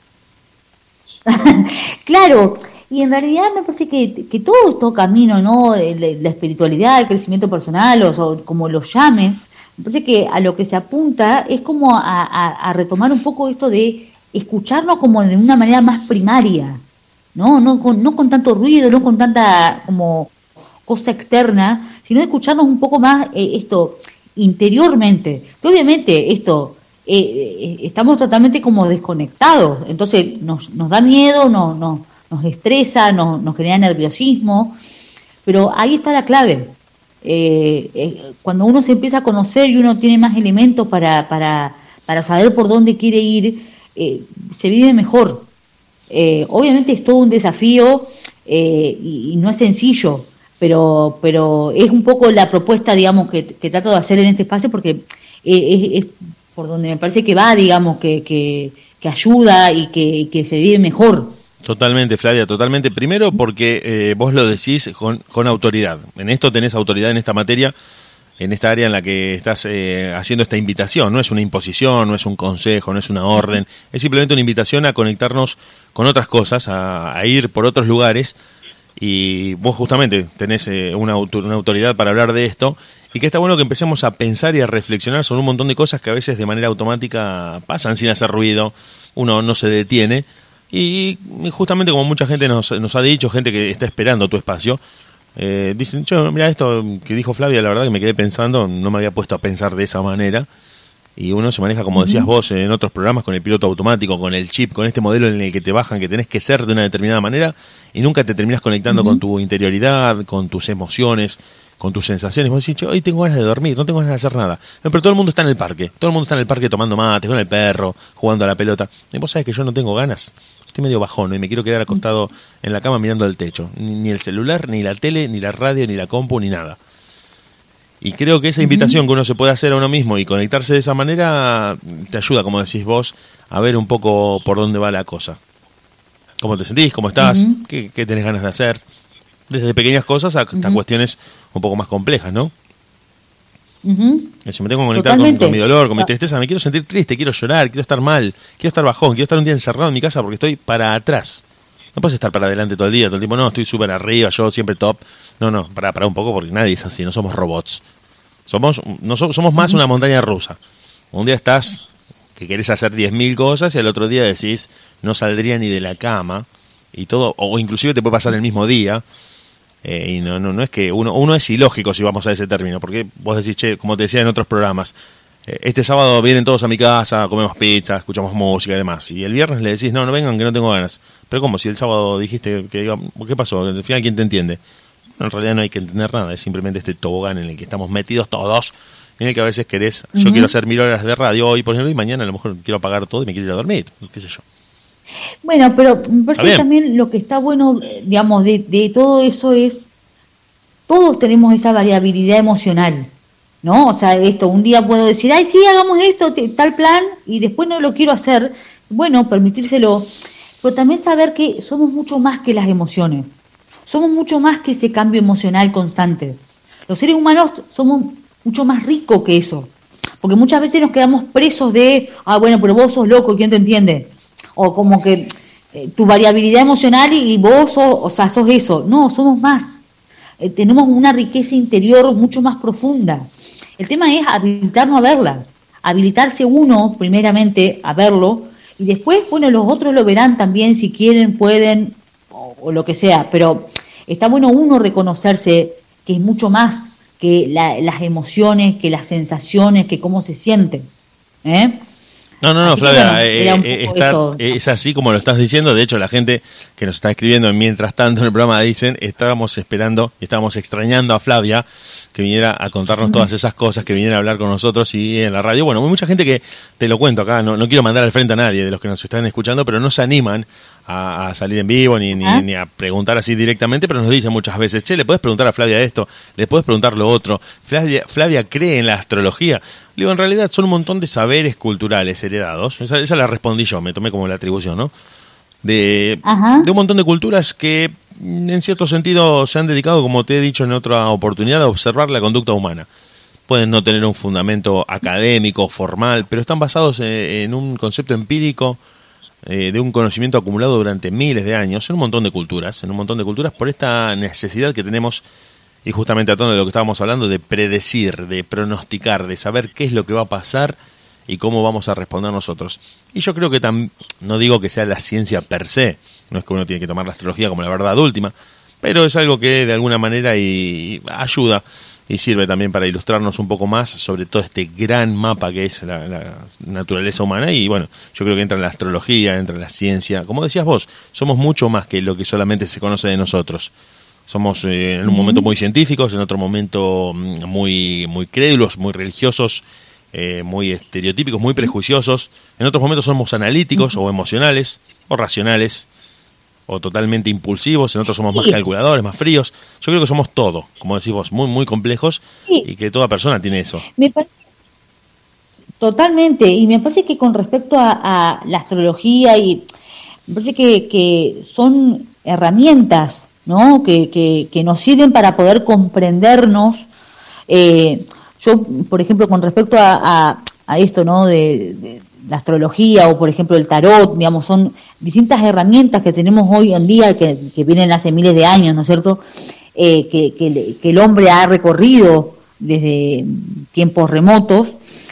Claro, y en realidad me parece que, que todo estos caminos, ¿no? La, la espiritualidad, el crecimiento personal, o, o como lo llames, me parece que a lo que se apunta es como a, a, a retomar un poco esto de escucharnos como de una manera más primaria, ¿no? No con, no con tanto ruido, no con tanta como cosa externa, sino escucharnos un poco más eh, esto interiormente. Que obviamente esto eh, eh, estamos totalmente como desconectados, entonces nos, nos da miedo, nos, nos, nos estresa, nos, nos genera nerviosismo, pero ahí está la clave. Eh, eh, cuando uno se empieza a conocer y uno tiene más elementos para, para, para saber por dónde quiere ir, eh, se vive mejor. Eh, obviamente es todo un desafío eh, y, y no es sencillo, pero pero es un poco la propuesta, digamos, que, que trato de hacer en este espacio, porque eh, es, es por donde me parece que va, digamos, que, que, que ayuda y que, que se vive mejor. Totalmente, Flavia, totalmente. Primero porque eh, vos lo decís con, con autoridad. En esto tenés autoridad en esta materia, en esta área en la que estás eh, haciendo esta invitación. No es una imposición, no es un consejo, no es una orden. Es simplemente una invitación a conectarnos con otras cosas, a, a ir por otros lugares. Y vos justamente tenés eh, una, auto, una autoridad para hablar de esto. Y que está bueno que empecemos a pensar y a reflexionar sobre un montón de cosas que a veces de manera automática pasan sin hacer ruido. Uno no se detiene. Y justamente como mucha gente nos, nos ha dicho, gente que está esperando tu espacio, eh, dicen, yo, mira, esto que dijo Flavia, la verdad que me quedé pensando, no me había puesto a pensar de esa manera. Y uno se maneja, como decías vos, en otros programas, con el piloto automático, con el chip, con este modelo en el que te bajan, que tenés que ser de una determinada manera, y nunca te terminás conectando uh-huh. con tu interioridad, con tus emociones, con tus sensaciones. Vos decís, hoy tengo ganas de dormir, no tengo ganas de hacer nada. Pero todo el mundo está en el parque, todo el mundo está en el parque tomando mate, con el perro, jugando a la pelota. Y vos sabés que yo no tengo ganas. Estoy medio bajón y me quiero quedar acostado en la cama mirando el techo. Ni, ni el celular, ni la tele, ni la radio, ni la compu, ni nada. Y creo que esa invitación uh-huh. que uno se puede hacer a uno mismo y conectarse de esa manera te ayuda, como decís vos, a ver un poco por dónde va la cosa. ¿Cómo te sentís? ¿Cómo estás? Uh-huh. ¿Qué, qué tenés ganas de hacer? Desde pequeñas cosas hasta uh-huh. cuestiones un poco más complejas, ¿no? Uh-huh. Si me tengo que conectar con, con mi dolor, con mi tristeza, me quiero sentir triste, quiero llorar, quiero estar mal, quiero estar bajón, quiero estar un día encerrado en mi casa porque estoy para atrás. No puedes estar para adelante todo el día, todo el tiempo, no, estoy súper arriba, yo siempre top. No, no, para, para un poco porque nadie es así, no somos robots. Somos no so, somos más una montaña rusa. Un día estás que querés hacer diez mil cosas y al otro día decís, no saldría ni de la cama y todo, o inclusive te puede pasar el mismo día. Eh, y no, no, no es que uno, uno es ilógico si vamos a ese término, porque vos decís, che, como te decía en otros programas, eh, este sábado vienen todos a mi casa, comemos pizza, escuchamos música y demás, y el viernes le decís, no, no vengan que no tengo ganas. Pero como si el sábado dijiste que iba, ¿qué pasó? Al final, ¿quién te entiende? No, en realidad no hay que entender nada, es simplemente este tobogán en el que estamos metidos todos, en el que a veces querés, uh-huh. yo quiero hacer mil horas de radio hoy, por ejemplo, y mañana a lo mejor quiero apagar todo y me quiero ir a dormir, qué sé yo. Bueno, pero me parece que también lo que está bueno, digamos, de, de todo eso es, todos tenemos esa variabilidad emocional, ¿no? O sea, esto, un día puedo decir, ay, sí, hagamos esto, tal plan, y después no lo quiero hacer. Bueno, permitírselo, pero también saber que somos mucho más que las emociones, somos mucho más que ese cambio emocional constante. Los seres humanos somos mucho más ricos que eso, porque muchas veces nos quedamos presos de, ah, bueno, pero vos sos loco, ¿quién te entiende? O como que eh, tu variabilidad emocional y, y vos sos, o sea, sos eso. No, somos más. Eh, tenemos una riqueza interior mucho más profunda. El tema es habilitarnos a verla, habilitarse uno primeramente a verlo y después, bueno, los otros lo verán también si quieren, pueden o, o lo que sea, pero está bueno uno reconocerse que es mucho más que la, las emociones, que las sensaciones, que cómo se sienten. ¿eh? No, no, no, Así Flavia, que, bueno, eh, está, eso. es así como lo estás diciendo. De hecho, la gente que nos está escribiendo mientras tanto en el programa dicen, estábamos esperando, estábamos extrañando a Flavia que viniera a contarnos todas esas cosas, que viniera a hablar con nosotros y en la radio. Bueno, hay mucha gente que, te lo cuento acá, no, no quiero mandar al frente a nadie de los que nos están escuchando, pero no se animan a, a salir en vivo ni, ni, ni a preguntar así directamente, pero nos dicen muchas veces, che, ¿le podés preguntar a Flavia esto? ¿Le podés preguntar lo otro? Flavia, Flavia cree en la astrología. Digo, en realidad son un montón de saberes culturales heredados. Esa, esa la respondí yo, me tomé como la atribución, ¿no? De, de un montón de culturas que en cierto sentido se han dedicado, como te he dicho en otra oportunidad, a observar la conducta humana. Pueden no tener un fundamento académico, formal, pero están basados en, en un concepto empírico eh, de un conocimiento acumulado durante miles de años, en un montón de culturas, en un montón de culturas, por esta necesidad que tenemos. Y justamente a tono de lo que estábamos hablando, de predecir, de pronosticar, de saber qué es lo que va a pasar y cómo vamos a responder nosotros. Y yo creo que tam- no digo que sea la ciencia per se, no es que uno tiene que tomar la astrología como la verdad última, pero es algo que de alguna manera y ayuda y sirve también para ilustrarnos un poco más sobre todo este gran mapa que es la, la naturaleza humana. Y bueno, yo creo que entra en la astrología, entra en la ciencia. Como decías vos, somos mucho más que lo que solamente se conoce de nosotros. Somos eh, en un momento muy científicos, en otro momento muy muy crédulos, muy religiosos, eh, muy estereotípicos, muy prejuiciosos. En otros momentos somos analíticos o emocionales o racionales o totalmente impulsivos. En otros somos sí. más calculadores, más fríos. Yo creo que somos todo, como decís vos, muy muy complejos sí. y que toda persona tiene eso. Me parece totalmente, y me parece que con respecto a, a la astrología, y me parece que, que son herramientas, ¿no? Que, que, que nos sirven para poder comprendernos. Eh, yo, por ejemplo, con respecto a, a, a esto, ¿no? De, de la astrología o, por ejemplo, el tarot, digamos, son distintas herramientas que tenemos hoy en día, que, que vienen hace miles de años, ¿no es cierto? Eh, que, que, que el hombre ha recorrido desde tiempos remotos.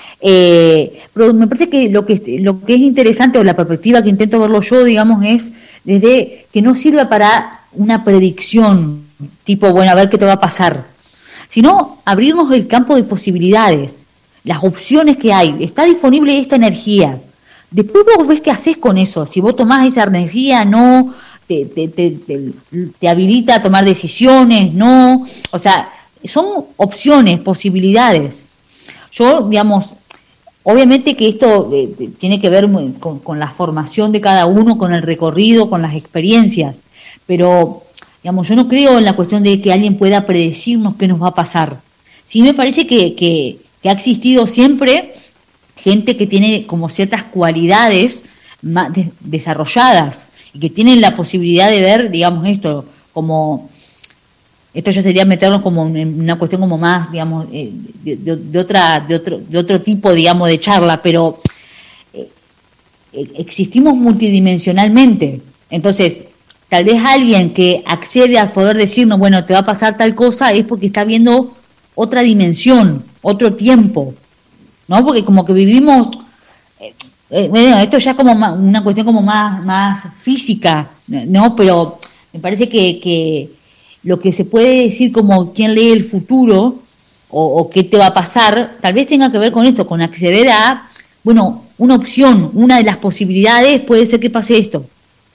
Eh, pero me parece que lo que lo que es interesante, o la perspectiva que intento verlo yo, digamos, es desde que no sirva para una predicción, tipo, bueno, a ver qué te va a pasar, sino abrirnos el campo de posibilidades, las opciones que hay. Está disponible esta energía. Después vos ves qué haces con eso. Si vos tomás esa energía, no, te, te, te, te, te habilita a tomar decisiones, no. O sea, son opciones, posibilidades. Yo, digamos, obviamente que esto eh, tiene que ver con, con la formación de cada uno, con el recorrido, con las experiencias. Pero, digamos, yo no creo en la cuestión de que alguien pueda predecirnos qué nos va a pasar. Sí me parece que, que, que ha existido siempre gente que tiene como ciertas cualidades más de, desarrolladas y que tienen la posibilidad de ver, digamos, esto como... Esto ya sería meternos como en una cuestión como más, digamos, eh, de, de, de otra, de otro, de otro tipo, digamos, de charla, pero eh, existimos multidimensionalmente. Entonces, tal vez alguien que accede a poder decirnos, bueno, te va a pasar tal cosa, es porque está viendo otra dimensión, otro tiempo, ¿no? Porque como que vivimos, eh, eh, bueno, esto ya es como más, una cuestión como más, más física, ¿no? Pero me parece que, que lo que se puede decir como quién lee el futuro o, o qué te va a pasar, tal vez tenga que ver con esto, con acceder a, bueno, una opción, una de las posibilidades puede ser que pase esto,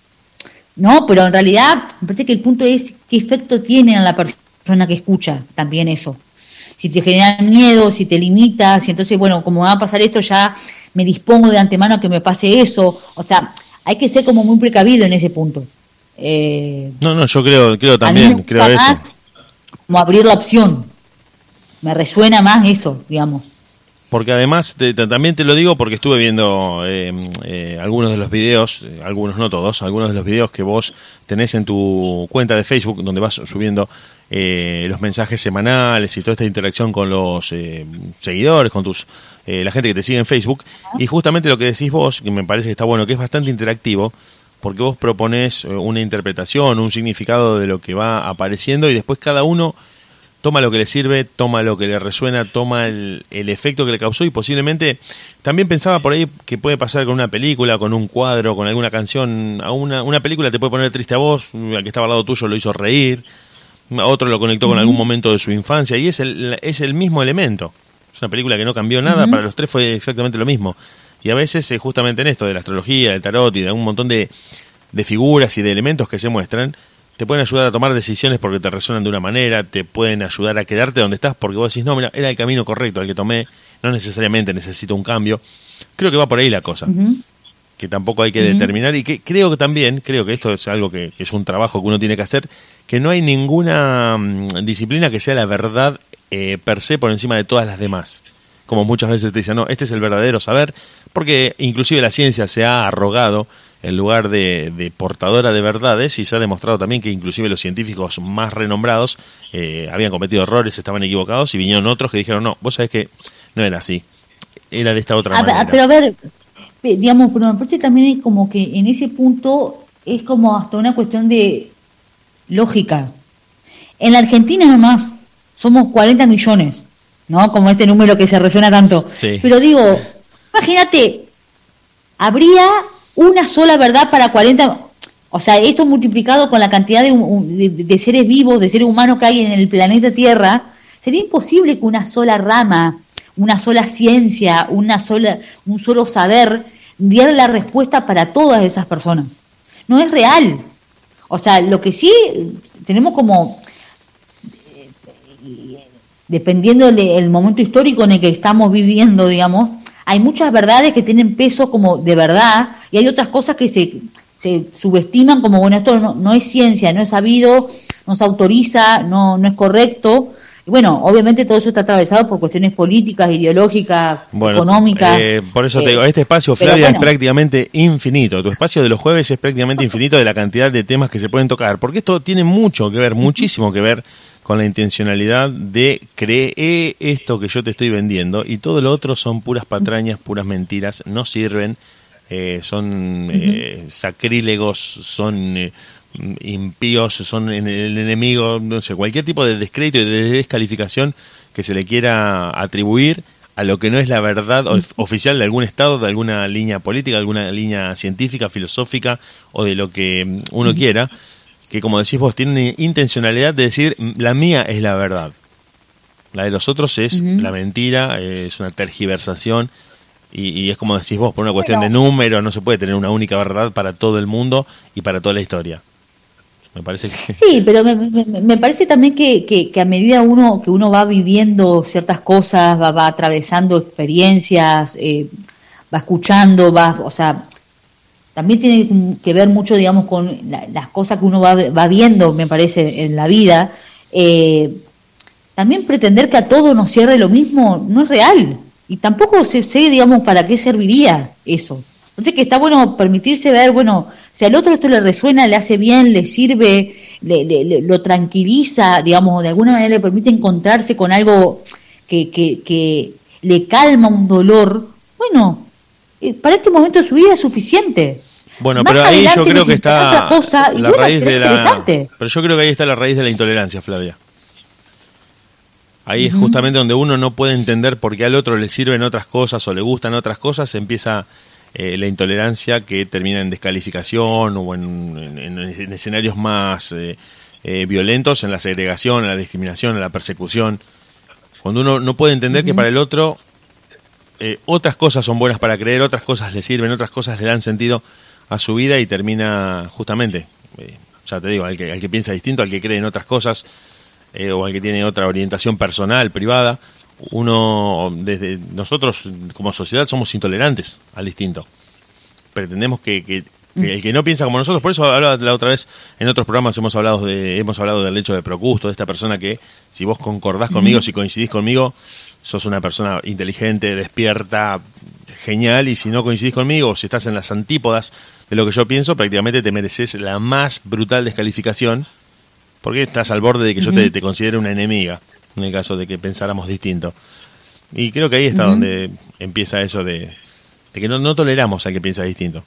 ¿no? Pero en realidad me parece que el punto es qué efecto tiene en la persona que escucha también eso. Si te genera miedo, si te limita, si entonces, bueno, como va a pasar esto, ya me dispongo de antemano a que me pase eso. O sea, hay que ser como muy precavido en ese punto. Eh, no, no, yo creo, creo también, creo eso. Como abrir la opción. Me resuena más eso, digamos. Porque además, te, te, también te lo digo porque estuve viendo eh, eh, algunos de los videos, eh, algunos no todos, algunos de los videos que vos tenés en tu cuenta de Facebook, donde vas subiendo eh, los mensajes semanales y toda esta interacción con los eh, seguidores, con tus eh, la gente que te sigue en Facebook. Y justamente lo que decís vos, que me parece que está bueno, que es bastante interactivo, porque vos proponés una interpretación, un significado de lo que va apareciendo y después cada uno toma lo que le sirve, toma lo que le resuena, toma el, el efecto que le causó. Y posiblemente también pensaba por ahí que puede pasar con una película, con un cuadro, con alguna canción. A una, una película te puede poner triste a vos, al que estaba al lado tuyo lo hizo reír. otro lo conectó uh-huh. con algún momento de su infancia, y es el, es el mismo elemento. Es una película que no cambió nada, uh-huh. para los tres fue exactamente lo mismo. Y a veces, eh, justamente en esto de la astrología, del tarot y de un montón de, de figuras y de elementos que se muestran, te pueden ayudar a tomar decisiones porque te resuenan de una manera, te pueden ayudar a quedarte donde estás porque vos decís, no, mira, era el camino correcto el que tomé, no necesariamente necesito un cambio. Creo que va por ahí la cosa, uh-huh. que tampoco hay que uh-huh. determinar, y que creo que también, creo que esto es algo que, que es un trabajo que uno tiene que hacer, que no hay ninguna um, disciplina que sea la verdad eh, per se por encima de todas las demás. Como muchas veces te dicen, no, este es el verdadero saber, porque inclusive la ciencia se ha arrogado en lugar de, de portadora de verdades, y se ha demostrado también que inclusive los científicos más renombrados eh, habían cometido errores, estaban equivocados, y vinieron otros que dijeron, no, vos sabés que no era así, era de esta otra a, manera. Pero a ver, digamos, pero me parece también como que en ese punto es como hasta una cuestión de lógica. En la Argentina nomás somos cuarenta millones, ¿no? Como este número que se resuena tanto. Sí. Pero digo, imagínate, habría una sola verdad para cuarenta, o sea, esto multiplicado con la cantidad de, de, de seres vivos, de seres humanos que hay en el planeta Tierra, sería imposible que una sola rama, una sola ciencia, una sola, un solo saber diera la respuesta para todas esas personas. No es real. O sea, lo que sí tenemos como, dependiendo del momento histórico en el que estamos viviendo, digamos, hay muchas verdades que tienen peso como de verdad, y hay otras cosas que se, se subestiman como, bueno, esto no, no es ciencia, no es sabido, no se autoriza, no, no es correcto. Y bueno, obviamente todo eso está atravesado por cuestiones políticas, ideológicas, bueno, económicas. Eh, por eso eh, te digo, este espacio, Flavia, bueno, es prácticamente infinito. Tu espacio de los jueves es prácticamente infinito de la cantidad de temas que se pueden tocar, porque esto tiene mucho que ver, muchísimo que ver con la intencionalidad de creer esto que yo te estoy vendiendo, y todo lo otro son puras patrañas, puras mentiras, no sirven, eh, son eh, sacrílegos, son eh, impíos, son el enemigo, no sé, cualquier tipo de descrédito y de descalificación que se le quiera atribuir a lo que no es la verdad of- oficial de algún estado, de alguna línea política, de alguna línea científica, filosófica o de lo que uno quiera, que como decís vos, tiene una intencionalidad de decir, la mía es la verdad. La de los otros es uh-huh. la mentira, es una tergiversación, y, y es como decís vos, por una cuestión bueno. de número, no se puede tener una única verdad para todo el mundo y para toda la historia. Me parece que... Sí, pero me, me, me parece también que, que, que a medida uno que uno va viviendo ciertas cosas, va, va atravesando experiencias, eh, va escuchando, va, o sea... También tiene que ver mucho, digamos, con la, las cosas que uno va, va viendo, me parece, en la vida. Eh, también pretender que a todos nos cierre lo mismo no es real. Y tampoco sé, sé, digamos, para qué serviría eso. Entonces que está bueno permitirse ver, bueno, si al otro esto le resuena, le hace bien, le sirve, le, le, le, lo tranquiliza, digamos, de alguna manera le permite encontrarse con algo que, que, que le calma un dolor. Bueno, eh, para este momento de su vida es suficiente. Bueno, Más pero ahí yo creo que está otra cosa, y la bueno, raíz de la... interesante. Pero yo creo que ahí está la raíz de la intolerancia, Flavia. Ahí uh-huh. es justamente donde uno no puede entender por qué al otro le sirven otras cosas o le gustan otras cosas, empieza eh, la intolerancia que termina en descalificación o en, en, en escenarios más eh, eh, violentos, en la segregación, en la discriminación, en la persecución. Cuando uno no puede entender uh-huh. que para el otro eh, otras cosas son buenas para creer, otras cosas le sirven, otras cosas le dan sentido a su vida, y termina justamente, eh, ya te digo, al que, al que piensa distinto, al que cree en otras cosas, eh, o al que tiene otra orientación personal, privada. Uno, desde nosotros como sociedad somos intolerantes al distinto. Pretendemos que, que, que el que no piensa como nosotros, por eso hablaba la otra vez, en otros programas hemos hablado de hemos hablado del hecho de Procusto, de esta persona que si vos concordás conmigo, si coincidís conmigo, sos una persona inteligente, despierta, genial, y si no coincidís conmigo, o si estás en las antípodas de lo que yo pienso, prácticamente te mereces la más brutal descalificación, porque estás al borde de que uh-huh. yo te, te considere una enemiga, en el caso de que pensáramos distinto. Y creo que ahí está uh-huh. donde empieza eso de, de que no, no toleramos al que piensa distinto.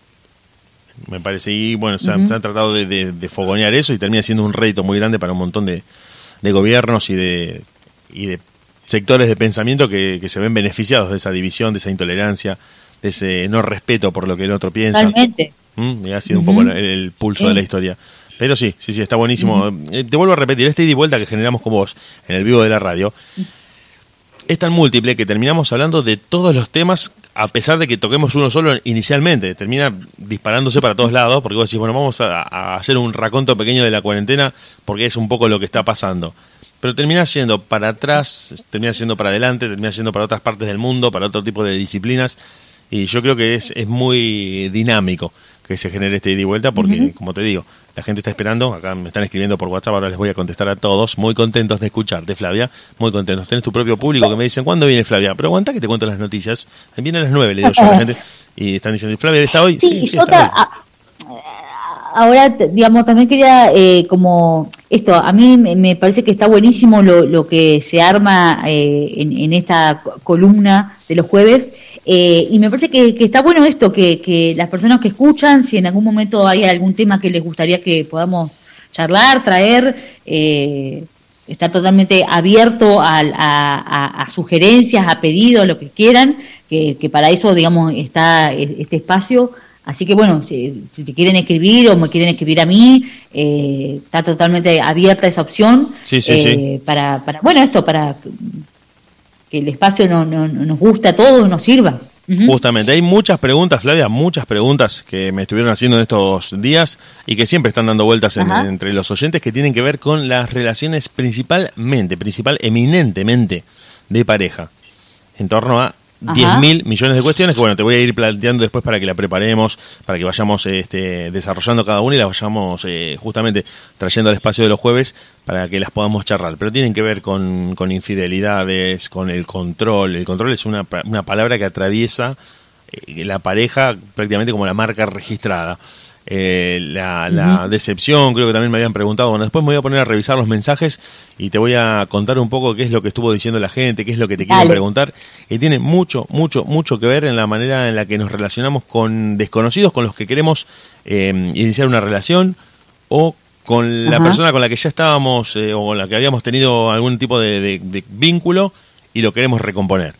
Me parece, y bueno, se, uh-huh. han, se han tratado de, de, de fogonear eso, y termina siendo un rédito muy grande para un montón de, de gobiernos y de, y de sectores de pensamiento que, que se ven beneficiados de esa división, de esa intolerancia, de ese no respeto por lo que el otro piensa. Totalmente. ¿Mm? Y ha sido uh-huh. un poco el, el pulso sí. de la historia. Pero sí, sí, sí, está buenísimo. Uh-huh. Eh, te vuelvo a repetir, este ida y vuelta que generamos con vos en el vivo de la radio es tan múltiple que terminamos hablando de todos los temas, a pesar de que toquemos uno solo inicialmente. Termina disparándose para todos lados, porque vos decís, bueno, vamos a, a hacer un raconto pequeño de la cuarentena, porque es un poco lo que está pasando. Pero terminás yendo para atrás, terminás yendo para adelante, terminás yendo para otras partes del mundo, para otro tipo de disciplinas, y yo creo que es, es muy dinámico que se genere este ida y vuelta, porque, uh-huh. como te digo, la gente está esperando, acá me están escribiendo por WhatsApp, ahora les voy a contestar a todos, muy contentos de escucharte, Flavia, muy contentos. Tenés tu propio público que me dicen, ¿cuándo viene Flavia? Pero aguanta que te cuento las noticias. Viene a las nueve, le digo yo a la gente, y están diciendo, ¿Flavia está hoy? Sí, sí, sí está hoy. Ahora, digamos, también quería, eh, como esto, a mí me parece que está buenísimo lo, lo que se arma eh, en, en esta columna de los jueves, eh, y me parece que, que está bueno esto, que, que las personas que escuchan, si en algún momento hay algún tema que les gustaría que podamos charlar, traer, eh, está totalmente abierto a, a, a, a sugerencias, a pedidos, lo que quieran, que, que para eso, digamos, está este espacio. Así que bueno, si, si te quieren escribir o me quieren escribir a mí, eh, está totalmente abierta esa opción. Sí, sí, eh, sí. Para, para, bueno, esto, para que el espacio no, no, nos guste a todos, nos sirva. Uh-huh. Justamente, hay muchas preguntas, Flavia, muchas preguntas que me estuvieron haciendo en estos días y que siempre están dando vueltas en, entre los oyentes, que tienen que ver con las relaciones principalmente, principal, eminentemente de pareja, en torno a diez mil millones de cuestiones que, bueno, te voy a ir planteando después para que la preparemos, para que vayamos este, desarrollando cada una y las vayamos eh, justamente trayendo al espacio de los jueves para que las podamos charlar. Pero tienen que ver con, con infidelidades, con el control. El control es una, una palabra que atraviesa eh, la pareja prácticamente como la marca registrada. Eh, la, la uh-huh. decepción, creo que también me habían preguntado. Bueno, después me voy a poner a revisar los mensajes y te voy a contar un poco qué es lo que estuvo diciendo la gente, qué es lo que te quieren preguntar, y tiene mucho, mucho, mucho que ver en la manera en la que nos relacionamos con desconocidos con los que queremos eh, iniciar una relación, o con la uh-huh. persona con la que ya estábamos eh, o con la que habíamos tenido algún tipo de, de, de vínculo y lo queremos recomponer.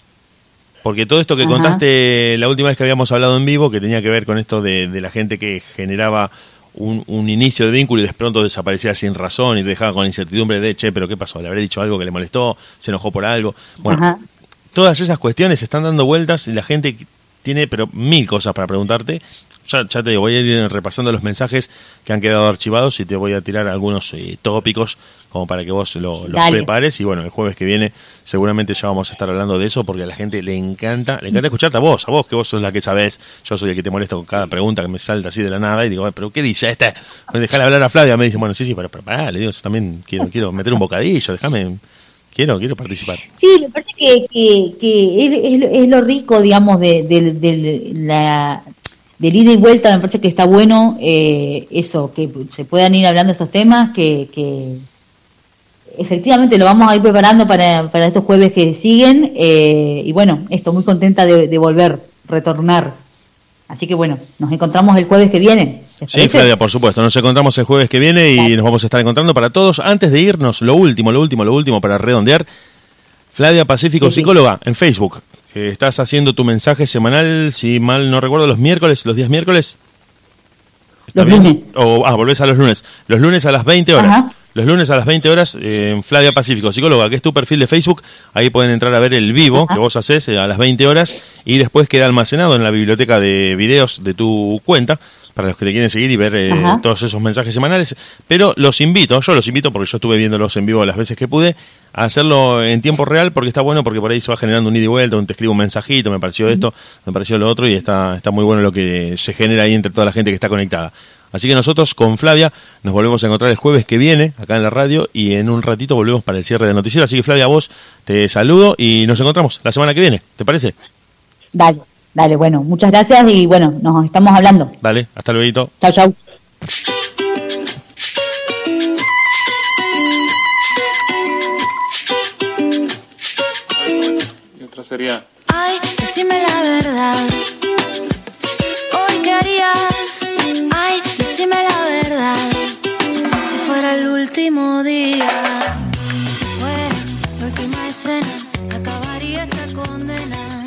Porque todo esto que Ajá. contaste la última vez que habíamos hablado en vivo, que tenía que ver con esto de, de la gente que generaba un, un inicio de vínculo y de pronto desaparecía sin razón y te dejaba con la incertidumbre de, che, pero ¿qué pasó? ¿Le habré dicho algo que le molestó? ¿Se enojó por algo? Bueno, Ajá. todas esas cuestiones se están dando vueltas y la gente tiene pero mil cosas para preguntarte. Ya, ya te digo, voy a ir repasando los mensajes que han quedado archivados y te voy a tirar algunos eh, tópicos como para que vos lo, los prepares. Y bueno, el jueves que viene seguramente ya vamos a estar hablando de eso, porque a la gente le encanta, le encanta escucharte a vos, a vos que vos sos la que sabés. Yo soy el que te molesta con cada pregunta que me salta así de la nada y digo, pero ¿qué dice este? Dejale hablar a Flavia. Me dice, bueno, sí, sí, pero, pero pará, le digo, yo también quiero, quiero meter un bocadillo, déjame... Quiero, quiero participar. Sí, me parece que, que, que es, es, es lo rico, digamos, de, de, de la... del ida y vuelta. Me parece que está bueno eh, eso, que se puedan ir hablando de estos temas, que, que efectivamente lo vamos a ir preparando para, para estos jueves que siguen, eh, y bueno, estoy muy contenta de, de volver, retornar. Así que bueno, nos encontramos el jueves que viene. Sí, Flavia, por supuesto, nos encontramos el jueves que viene y claro. nos vamos a estar encontrando para todos. Antes de irnos, lo último, lo último, lo último para redondear, Flavia Pacífico, sí, psicóloga, sí. en Facebook. Eh, estás haciendo tu mensaje semanal, si mal no recuerdo, los miércoles, los días miércoles. Los bien? lunes. O, ah, volvés a los lunes. Los lunes a las veinte horas. Ajá. Los lunes a las veinte horas, eh, Flavia Pacífico, psicóloga, que es tu perfil de Facebook. Ahí pueden entrar a ver el vivo Ajá. que vos haces eh, a las veinte horas y después queda almacenado en la biblioteca de videos de tu cuenta para los que te quieren seguir y ver eh, todos esos mensajes semanales. Pero los invito, yo los invito porque yo estuve viéndolos en vivo las veces que pude, a hacerlo en tiempo real, porque está bueno, porque por ahí se va generando un ida y vuelta, te escribo un mensajito, me pareció esto, me pareció lo otro, y está, está muy bueno lo que se genera ahí entre toda la gente que está conectada. Así que nosotros con Flavia nos volvemos a encontrar el jueves que viene acá en la radio y en un ratito volvemos para el cierre del noticiero. Así que Flavia, vos te saludo y nos encontramos la semana que viene, ¿te parece? Dale, dale, bueno, muchas gracias y bueno, nos estamos hablando. Dale, hasta luego. Chau, chau. Y otra sería... Ay, decime la verdad. Hoy qué harías. Ay, decime la verdad. Si fuera el último día, si fuera la última escena, acabaría esta condena.